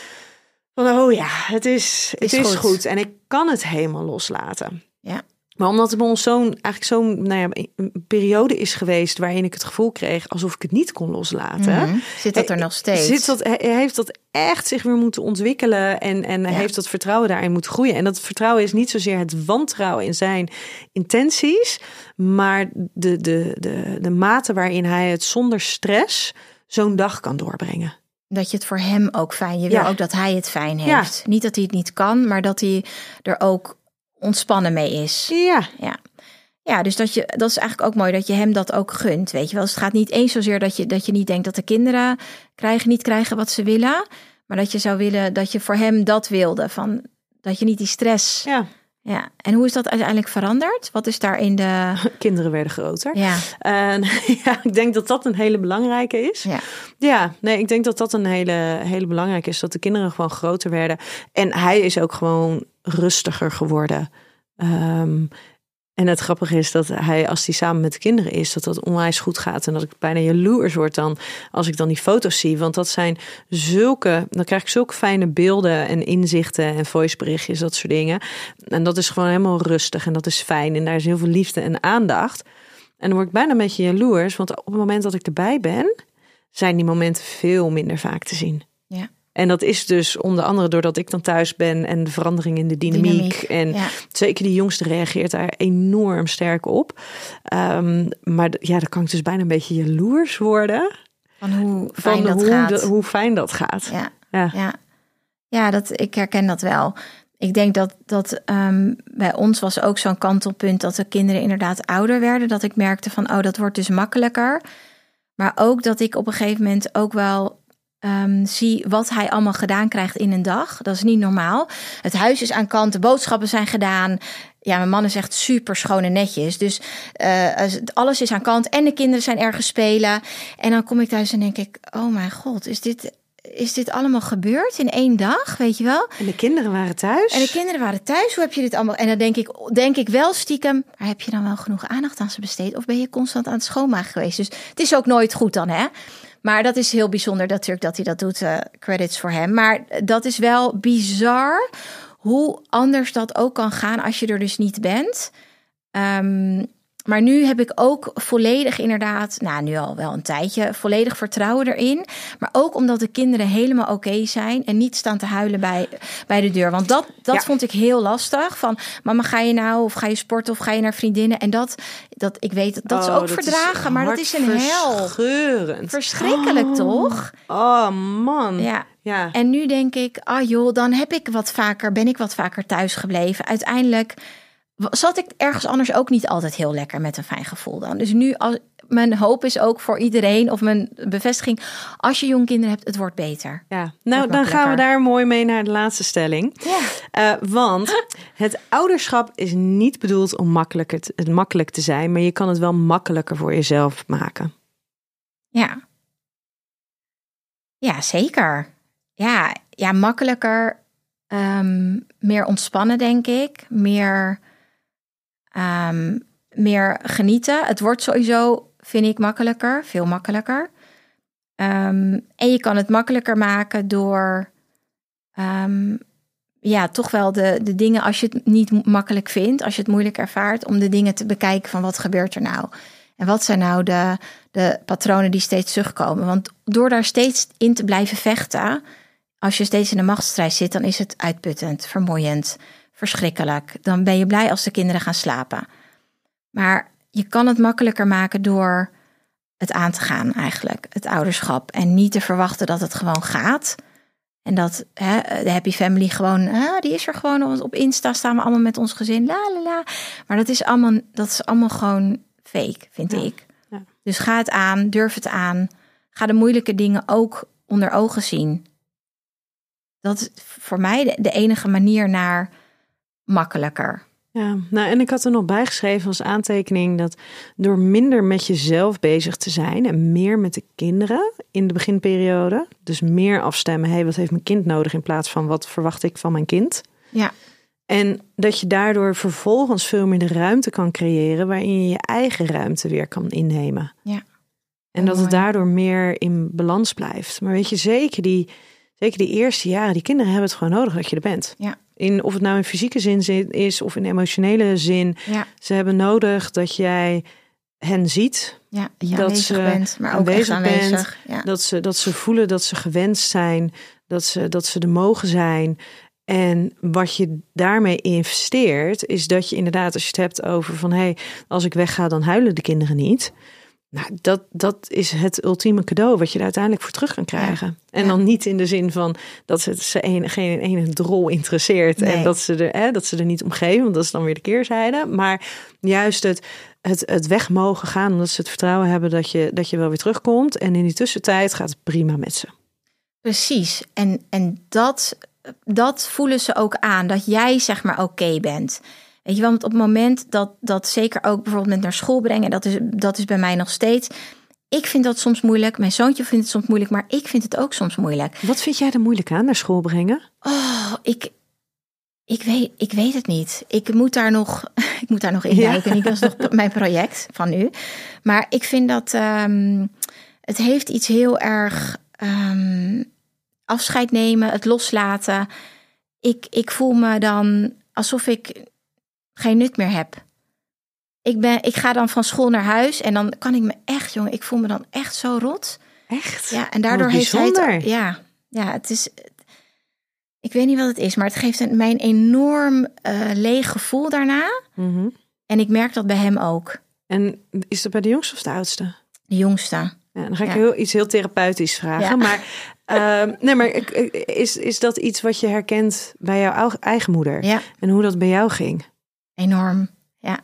van, het is goed en ik kan het helemaal loslaten. Ja. Maar omdat het bij ons zo'n periode is geweest waarin ik het gevoel kreeg alsof ik het niet kon loslaten. Mm-hmm. Zit dat er nog steeds? Heeft dat echt zich weer moeten ontwikkelen en heeft dat vertrouwen daarin moeten groeien. En dat vertrouwen is niet zozeer het wantrouwen in zijn intenties, maar de mate waarin hij het zonder stress zo'n dag kan doorbrengen. Dat je het voor hem ook fijn... Je wil ook dat hij het fijn heeft. Ja. Niet dat hij het niet kan, maar dat hij er ook ontspannen mee is. Ja, dus dat is eigenlijk ook mooi dat je hem dat ook gunt, weet je wel. Dus het gaat niet eens zozeer dat je niet denkt dat de kinderen niet krijgen wat ze willen, maar dat je zou willen dat je voor hem dat wilde, van dat je niet die stress. Ja. En hoe is dat uiteindelijk veranderd? Wat is daar in de... Kinderen werden groter. En ik denk dat dat een hele belangrijke is. Ik denk dat dat een hele belangrijke is, dat de kinderen gewoon groter werden. En hij is ook gewoon rustiger geworden. En het grappige is dat hij, als hij samen met de kinderen is, dat onwijs goed gaat. En dat ik bijna jaloers word dan, als ik dan die foto's zie. Want dat zijn dan krijg ik zulke fijne beelden en inzichten en voiceberichtjes, dat soort dingen. En dat is gewoon helemaal rustig en dat is fijn. En daar is heel veel liefde en aandacht. En dan word ik bijna een beetje jaloers, want op het moment dat ik erbij ben, zijn die momenten veel minder vaak te zien. Ja. En dat is dus onder andere doordat ik dan thuis ben en de verandering in de dynamiek. En zeker die jongste reageert daar enorm sterk op. Maar dan kan ik dus bijna een beetje jaloers worden. Van hoe fijn dat gaat. Hoe fijn dat gaat. Ja, ik herken dat wel. Ik denk dat bij ons was ook zo'n kantelpunt dat de kinderen inderdaad ouder werden. Dat ik merkte van, dat wordt dus makkelijker. Maar ook dat ik op een gegeven moment ook wel... zie wat hij allemaal gedaan krijgt in een dag. Dat is niet normaal. Het huis is aan kant, de boodschappen zijn gedaan. Ja, mijn man is echt super schoon en netjes. Dus alles is aan kant en de kinderen zijn ergens spelen. En dan kom ik thuis en denk ik, oh mijn god, is dit allemaal gebeurd in 1 dag, weet je wel? En de kinderen waren thuis? Hoe heb je dit allemaal? En dan denk ik wel stiekem, maar heb je dan wel genoeg aandacht aan ze besteed? Of ben je constant aan het schoonmaken geweest? Dus het is ook nooit goed dan, hè? Maar dat is heel bijzonder natuurlijk dat hij dat doet. Credits voor hem. Maar dat is wel bizar hoe anders dat ook kan gaan als je er dus niet bent. Maar nu heb ik ook volledig inderdaad, nu al wel een tijdje, volledig vertrouwen erin. Maar ook omdat de kinderen helemaal oké zijn en niet staan te huilen bij de deur. Want dat vond ik heel lastig. Van, mama, ga je nou of ga je sporten of ga je naar vriendinnen? En dat ik weet dat ze ook verdragen, maar dat is een hel. Verschrikkelijk, toch? Oh man. Ja. En nu denk ik, dan ben ik wat vaker thuis gebleven. Uiteindelijk zat ik ergens anders ook niet altijd heel lekker met een fijn gevoel dan. Dus nu, mijn hoop is ook voor iedereen, of mijn bevestiging, als je jong kinderen hebt, het wordt beter. Ja, dan gaan we daar mooi mee naar de laatste stelling. Ja. Want het ouderschap is niet bedoeld om makkelijk te zijn, maar je kan het wel makkelijker voor jezelf maken. Ja, zeker. Ja, makkelijker, meer ontspannen, denk ik. Meer genieten. Het wordt sowieso, vind ik, makkelijker. Veel makkelijker. En je kan het makkelijker maken door... toch wel de dingen, als je het niet makkelijk vindt, als je het moeilijk ervaart, om de dingen te bekijken van wat gebeurt er nou? En wat zijn nou de patronen die steeds terugkomen? Want door daar steeds in te blijven vechten, als je steeds in een machtsstrijd zit, dan is het uitputtend, vermoeiend, verschrikkelijk. Dan ben je blij als de kinderen gaan slapen. Maar je kan het makkelijker maken door het aan te gaan eigenlijk, het ouderschap. En niet te verwachten dat het gewoon gaat. En dat de happy family gewoon, die is er gewoon op Insta, staan we allemaal met ons gezin, la la la. Maar dat is allemaal gewoon fake, vind ik. Ja. Dus ga het aan, durf het aan. Ga de moeilijke dingen ook onder ogen zien. Dat is voor mij de enige manier naar makkelijker. Ja, en ik had er nog bijgeschreven als aantekening dat door minder met jezelf bezig te zijn en meer met de kinderen in de beginperiode, dus meer afstemmen, wat heeft mijn kind nodig in plaats van wat verwacht ik van mijn kind. Ja. En dat je daardoor vervolgens veel meer de ruimte kan creëren waarin je je eigen ruimte weer kan innemen. Ja. En dat het daardoor meer in balans blijft. Maar weet je, zeker die eerste jaren, die kinderen hebben het gewoon nodig dat je er bent. Ja. Of het nou in fysieke zin is of in emotionele zin. Ja. Ze hebben nodig dat jij hen ziet. Ja, dat je aanwezig bent, maar ook echt aanwezig. Ja. Dat ze voelen dat ze gewenst zijn. Dat ze er mogen zijn. En wat je daarmee investeert, is dat je inderdaad, als je het hebt over van als ik wegga, dan huilen de kinderen niet. Nou, dat is het ultieme cadeau wat je er uiteindelijk voor terug kan krijgen. Ja. En dan niet in de zin van dat geen ene drol interesseert. Nee. En dat ze er niet om geven, want dat is dan weer de keerzijde. Maar juist het weg mogen gaan, omdat ze het vertrouwen hebben dat je wel weer terugkomt. En in die tussentijd gaat het prima met ze. Precies. En dat voelen ze ook aan, dat jij zeg maar oké bent. Weet je wel, want op het moment dat zeker ook bijvoorbeeld met naar school brengen, dat is bij mij nog steeds. Ik vind dat soms moeilijk. Mijn zoontje vindt het soms moeilijk, maar ik vind het ook soms moeilijk. Wat vind jij er moeilijk aan, naar school brengen? Oh, ik weet het niet. Ik moet daar nog induiken. Ja. Dat is nog mijn project van nu. Maar ik vind dat het heeft iets heel erg afscheid nemen, het loslaten. Ik voel me dan alsof ik geen nut meer heb. Ik ga dan van school naar huis en dan kan ik me echt, jongen, ik voel me dan echt zo rot. Echt? Ja, en daardoor heeft hij het. Ja, het is. Ik weet niet wat het is, maar het geeft mij een enorm leeg gevoel daarna. Mm-hmm. En ik merk dat bij hem ook. En is dat bij de jongste of de oudste? De jongste. Ja, dan ga ik iets heel therapeutisch vragen. Ja. Maar is dat iets wat je herkent bij jouw eigen moeder? Ja. En hoe dat bij jou ging? Enorm, ja.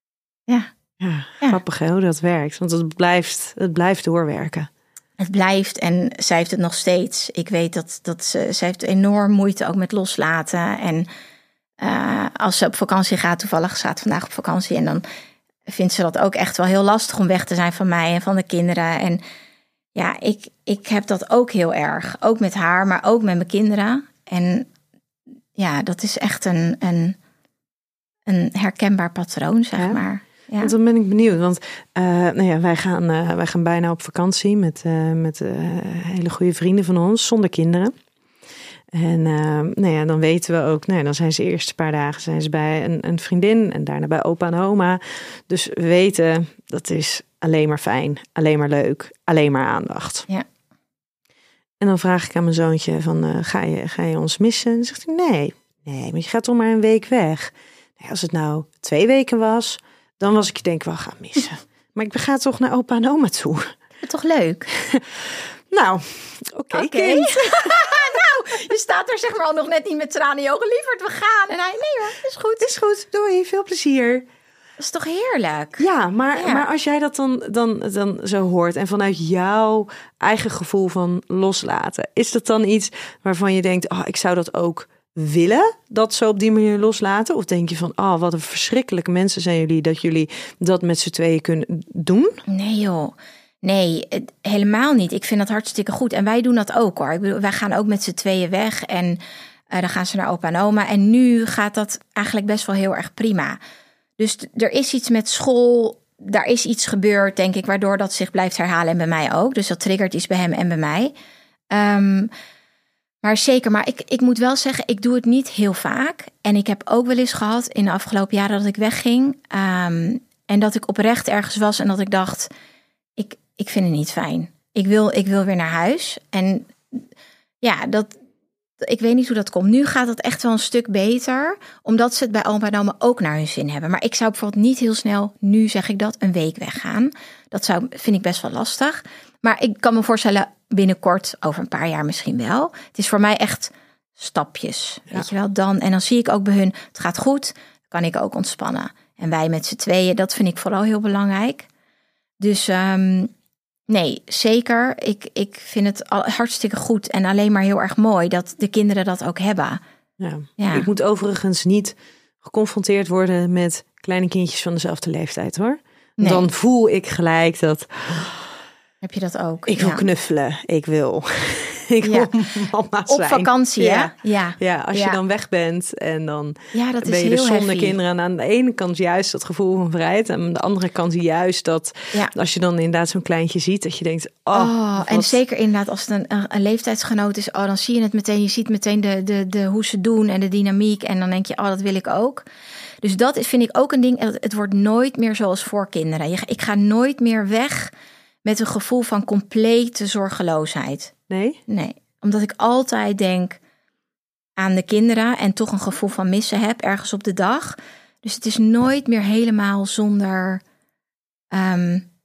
Ja, grappig hè, hoe dat werkt. Want het blijft doorwerken. Het blijft en zij heeft het nog steeds. Ik weet dat ze heeft enorm moeite ook met loslaten. En als ze op vakantie gaat, toevallig gaat vandaag op vakantie. En dan vindt ze dat ook echt wel heel lastig om weg te zijn van mij en van de kinderen. En ja, ik heb dat ook heel erg. Ook met haar, maar ook met mijn kinderen. En ja, dat is echt een herkenbaar patroon, zeg maar. Ja. Want dan ben ik benieuwd, want wij gaan bijna op vakantie met hele goede vrienden van ons, zonder kinderen. En dan weten we ook, dan zijn ze de eerste paar dagen bij een vriendin en daarna bij opa en oma. Dus we weten, dat is alleen maar fijn, alleen maar leuk, alleen maar aandacht. Ja. En dan vraag ik aan mijn zoontje van, ga je ons missen? En dan zegt hij, nee, maar je gaat toch maar een week weg. Als het nou 2 weken was, dan was ik denk ik wel gaan missen. Maar ik ga toch naar opa en oma toe. Toch leuk? Nou, oké. Kind. Nou, je staat er zeg maar al nog net niet met tranen in je ogen. Lieverd, we gaan. En hij, nee hoor, is goed. Is goed, doei, veel plezier. Dat is toch heerlijk? Ja, maar als jij dat dan zo hoort en vanuit jouw eigen gevoel van loslaten, is dat dan iets waarvan je denkt, ik zou dat ook willen, dat zo op die manier loslaten? Of denk je van, wat een verschrikkelijke mensen zijn jullie, dat jullie dat met z'n tweeën kunnen doen? Nee joh, nee, helemaal niet. Ik vind dat hartstikke goed. En wij doen dat ook hoor. Ik bedoel, wij gaan ook met z'n tweeën weg en dan gaan ze naar opa en oma. En nu gaat dat eigenlijk best wel heel erg prima. Dus er is iets met school, daar is iets gebeurd, denk ik, waardoor dat zich blijft herhalen en bij mij ook. Dus dat triggert iets bij hem en bij mij. Maar zeker, maar ik moet wel zeggen, ik doe het niet heel vaak. En ik heb ook wel eens gehad in de afgelopen jaren dat ik wegging. En dat ik oprecht ergens was en dat ik dacht, ik vind het niet fijn. Ik wil weer naar huis. En ja, ik weet niet hoe dat komt. Nu gaat het echt wel een stuk beter, omdat ze het bij opa en oma ook naar hun zin hebben. Maar ik zou bijvoorbeeld niet heel snel, nu zeg ik dat, een week weggaan. Dat vind ik best wel lastig. Maar ik kan me voorstellen, binnenkort, over een paar jaar misschien wel. Het is voor mij echt stapjes, weet je wel. En dan zie ik ook bij hun, het gaat goed, dan kan ik ook ontspannen. En wij met z'n tweeën, dat vind ik vooral heel belangrijk. Dus nee, zeker. Ik vind het hartstikke goed en alleen maar heel erg mooi dat de kinderen dat ook hebben. Ja. Ik moet overigens niet geconfronteerd worden met kleine kindjes van dezelfde leeftijd, hoor. Nee. Dan voel ik gelijk dat... Heb je dat ook? Ik wil knuffelen. Ik wil mama zijn. Op vakantie, hè? Ja, als je dan weg bent en dan dat ben je dus zonder heavy. kinderen. En aan de ene kant juist dat gevoel van vrijheid. En aan de andere kant juist dat als je dan inderdaad zo'n kleintje ziet, dat je denkt, en zeker inderdaad als het een leeftijdsgenoot is, dan zie je het meteen. Je ziet meteen de hoe ze doen en de dynamiek. En dan denk je, dat wil ik ook. Dus dat vind ik ook een ding. Het wordt nooit meer zoals voor kinderen. Ik ga nooit meer weg met een gevoel van complete zorgeloosheid. Nee, omdat ik altijd denk aan de kinderen en toch een gevoel van missen heb ergens op de dag. Dus het is nooit meer helemaal zonder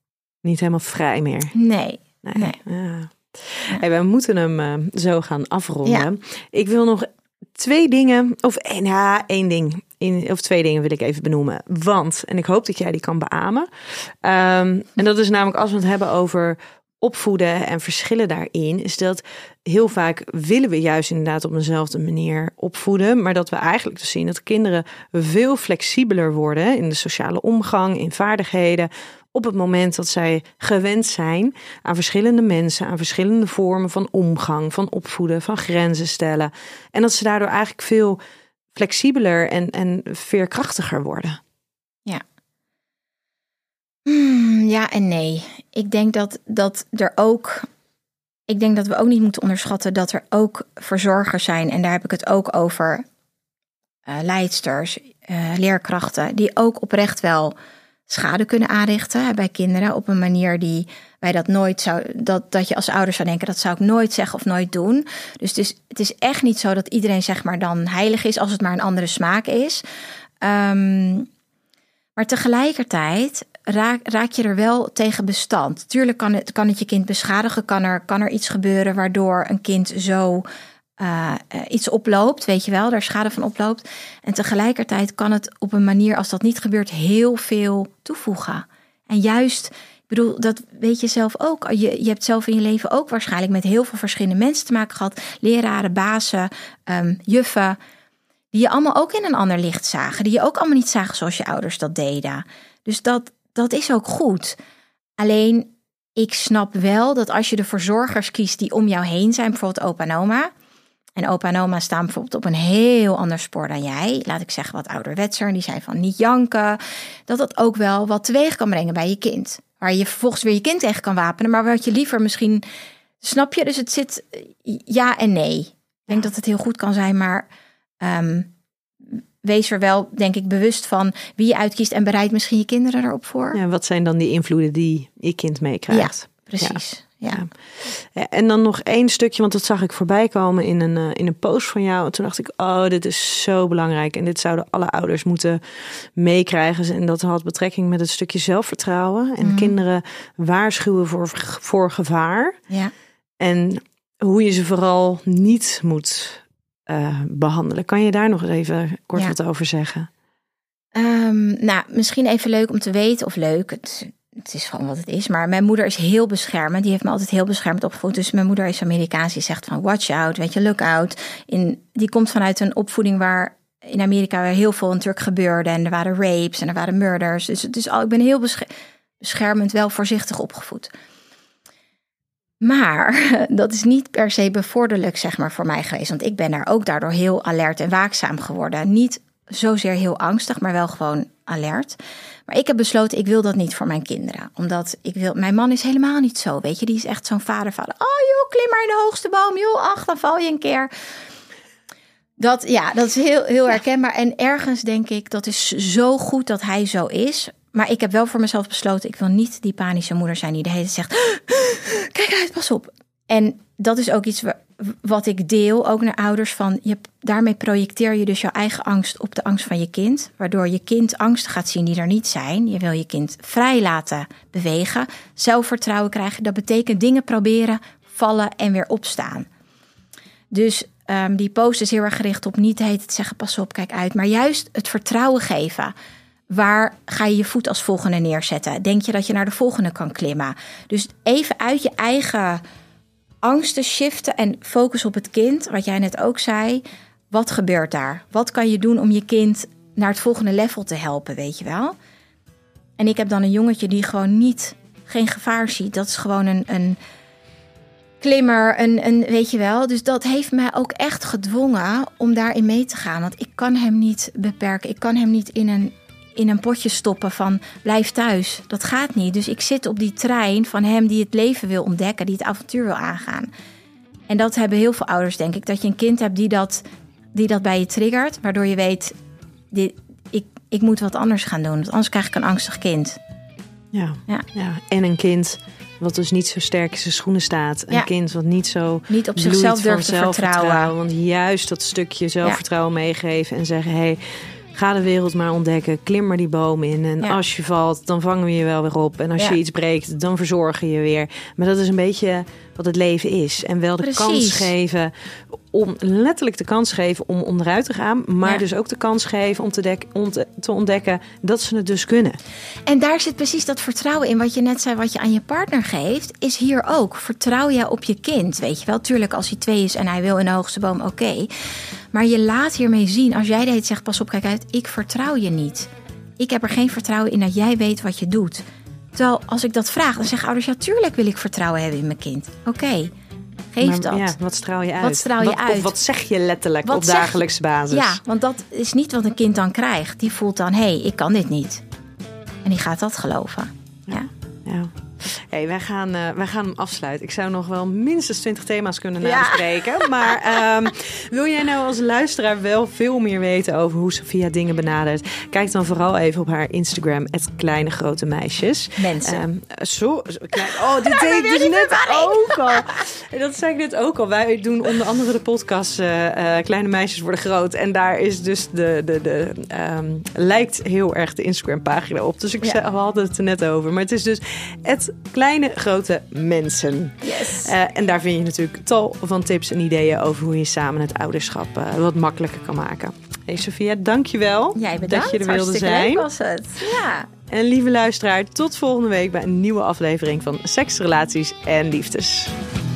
niet helemaal vrij meer. Nee. Ja. Hey, we moeten hem zo gaan afronden. Ja. Ik wil nog 2 dingen, of 1 ding, of 2 dingen wil ik even benoemen. Want, en ik hoop dat jij die kan beamen. En dat is namelijk als we het hebben over opvoeden en verschillen daarin, is dat heel vaak willen we juist inderdaad op eenzelfde manier opvoeden, maar dat we eigenlijk dus zien dat kinderen veel flexibeler worden in de sociale omgang, in vaardigheden, op het moment dat zij gewend zijn aan verschillende mensen, aan verschillende vormen van omgang, van opvoeden, van grenzen stellen. En dat ze daardoor eigenlijk veel flexibeler en veerkrachtiger worden. Ja. Ja en nee. Ik denk dat we ook niet moeten onderschatten dat er ook verzorgers zijn. En daar heb ik het ook over leidsters, leerkrachten, die ook oprecht wel schade kunnen aanrichten bij kinderen op een manier die wij dat nooit dat je als ouder zou denken, dat zou ik nooit zeggen of nooit doen. Dus het is echt niet zo dat iedereen zeg maar dan heilig is als het maar een andere smaak is. Maar tegelijkertijd raak je er wel tegen bestand. Tuurlijk kan het je kind beschadigen, kan er iets gebeuren waardoor een kind zo iets oploopt, weet je wel, daar schade van oploopt. En tegelijkertijd kan het op een manier, als dat niet gebeurt, heel veel toevoegen. En juist, ik bedoel, dat weet je zelf ook. Je hebt zelf in je leven ook waarschijnlijk met heel veel verschillende mensen te maken gehad. Leraren, bazen, juffen, die je allemaal ook in een ander licht zagen. Die je ook allemaal niet zagen zoals je ouders dat deden. Dus dat is ook goed. Alleen, ik snap wel dat als je de verzorgers kiest die om jou heen zijn, bijvoorbeeld opa en oma. En opa en oma staan bijvoorbeeld op een heel ander spoor dan jij. Laat ik zeggen wat ouderwetser. Die zijn van niet janken. Dat ook wel wat teweeg kan brengen bij je kind. Waar je vervolgens weer je kind tegen kan wapenen. Maar wat je liever misschien... Snap je? Dus het zit ja en nee. Ik denk dat het heel goed kan zijn. Maar wees er wel, denk ik, bewust van wie je uitkiest. En bereid misschien je kinderen erop voor. Ja, wat zijn dan die invloeden die je kind meekrijgt? Ja, precies. Ja. Ja, en dan nog 1 stukje, want dat zag ik voorbij komen in een post van jou. En toen dacht ik, dit is zo belangrijk. En dit zouden alle ouders moeten meekrijgen. En dat had betrekking met het stukje zelfvertrouwen. En kinderen waarschuwen voor gevaar. Ja. En hoe je ze vooral niet moet behandelen. Kan je daar nog even kort wat over zeggen? Misschien even leuk om te weten, of leuk... Het is gewoon wat het is. Maar mijn moeder is heel beschermend. Die heeft me altijd heel beschermend opgevoed. Dus mijn moeder is Amerikaans. Die zegt van watch out, weet je, look out. Die komt vanuit een opvoeding waar in Amerika weer heel veel natuurlijk gebeurde. En er waren rapes en er waren murders. Dus ik ben heel beschermend, wel voorzichtig opgevoed. Maar dat is niet per se bevorderlijk, zeg maar, voor mij geweest. Want ik ben daar ook daardoor heel alert en waakzaam geworden. Niet zozeer heel angstig, maar wel gewoon alert. Maar ik heb besloten, ik wil dat niet voor mijn kinderen. Omdat mijn man is helemaal niet zo, weet je. Die is echt zo'n vader. Oh joh, klim maar in de hoogste boom. Joh, dan val je een keer. Dat is heel, heel herkenbaar. En ergens denk ik, dat is zo goed dat hij zo is. Maar ik heb wel voor mezelf besloten, ik wil niet die panische moeder zijn die de hele tijd zegt, kijk uit, pas op. En dat is ook iets wat ik deel, ook naar ouders, van daarmee projecteer je dus jouw eigen angst op de angst van je kind, waardoor je kind angsten gaat zien die er niet zijn. Je wil je kind vrij laten bewegen, zelfvertrouwen krijgen. Dat betekent dingen proberen, vallen en weer opstaan. Dus die post is heel erg gericht op niet te zeggen, pas op, kijk uit, maar juist het vertrouwen geven. Waar ga je je voet als volgende neerzetten? Denk je dat je naar de volgende kan klimmen? Dus even uit je eigen angsten shiften en focus op het kind. Wat jij net ook zei. Wat gebeurt daar? Wat kan je doen om je kind naar het volgende level te helpen, weet je wel? En ik heb dan een jongetje die gewoon geen gevaar ziet. Dat is gewoon een klimmer, een weet je wel. Dus dat heeft mij ook echt gedwongen om daarin mee te gaan. Want ik kan hem niet beperken. Ik kan hem niet in een potje stoppen van blijf thuis. Dat gaat niet. Dus ik zit op die trein van hem die het leven wil ontdekken, die het avontuur wil aangaan. En dat hebben heel veel ouders, denk ik. Dat je een kind hebt die dat bij je triggert, waardoor je weet, ik moet wat anders gaan doen. Want anders krijg ik een angstig kind. Ja. En een kind wat dus niet zo sterk in zijn schoenen staat. Een kind wat niet op zichzelf durft te vertrouwen. Want juist dat stukje zelfvertrouwen meegeven en zeggen, Ga de wereld maar ontdekken. Klim maar die boom in. En als je valt, dan vangen we je wel weer op. En als je iets breekt, dan verzorgen je weer. Maar dat is een beetje wat het leven is. En wel de kans geven, letterlijk de kans geven om onderuit te gaan. Maar dus ook de kans geven om te ontdekken dat ze het dus kunnen. En daar zit precies dat vertrouwen in. Wat je net zei, wat je aan je partner geeft, is hier ook. Vertrouw jij op je kind, weet je wel. Tuurlijk, als hij 2 is en hij wil in de hoogste boom, oké. Maar je laat hiermee zien, als jij de hele tijd zegt, pas op, kijk uit, ik vertrouw je niet. Ik heb er geen vertrouwen in dat jij weet wat je doet. Terwijl als ik dat vraag, dan zeggen ouders, ja, tuurlijk wil ik vertrouwen hebben in mijn kind. Oké, geef dat. Ja, wat straal je uit? Wat straal je uit? Of wat zeg je letterlijk op dagelijkse basis? Ja, want dat is niet wat een kind dan krijgt. Die voelt dan, hé, ik kan dit niet. En die gaat dat geloven. Ja. Hey, wij gaan hem afsluiten. Ik zou nog wel minstens 20 thema's kunnen bespreken. Maar wil jij nou als luisteraar wel veel meer weten over hoe Sophia dingen benadert? Kijk dan vooral even op haar Instagram, @kleinegrotemeisjes. Mensen. Dit deed ik dus net ook al. Dat zei ik net ook al. Wij doen onder andere de podcast Kleine Meisjes Worden Groot. En daar is dus lijkt heel erg de Instagram pagina op. Dus we hadden het er net over. Maar het is dus Kleine Grote Mensen. Yes. En daar vind je natuurlijk tal van tips en ideeën over hoe je samen het ouderschap wat makkelijker kan maken. Hey Sophia, dankjewel. Jij bedankt. Dat je er wilde zijn. Leuk was het. Ja. En lieve luisteraar, tot volgende week bij een nieuwe aflevering van Seks, Relaties en Liefdes.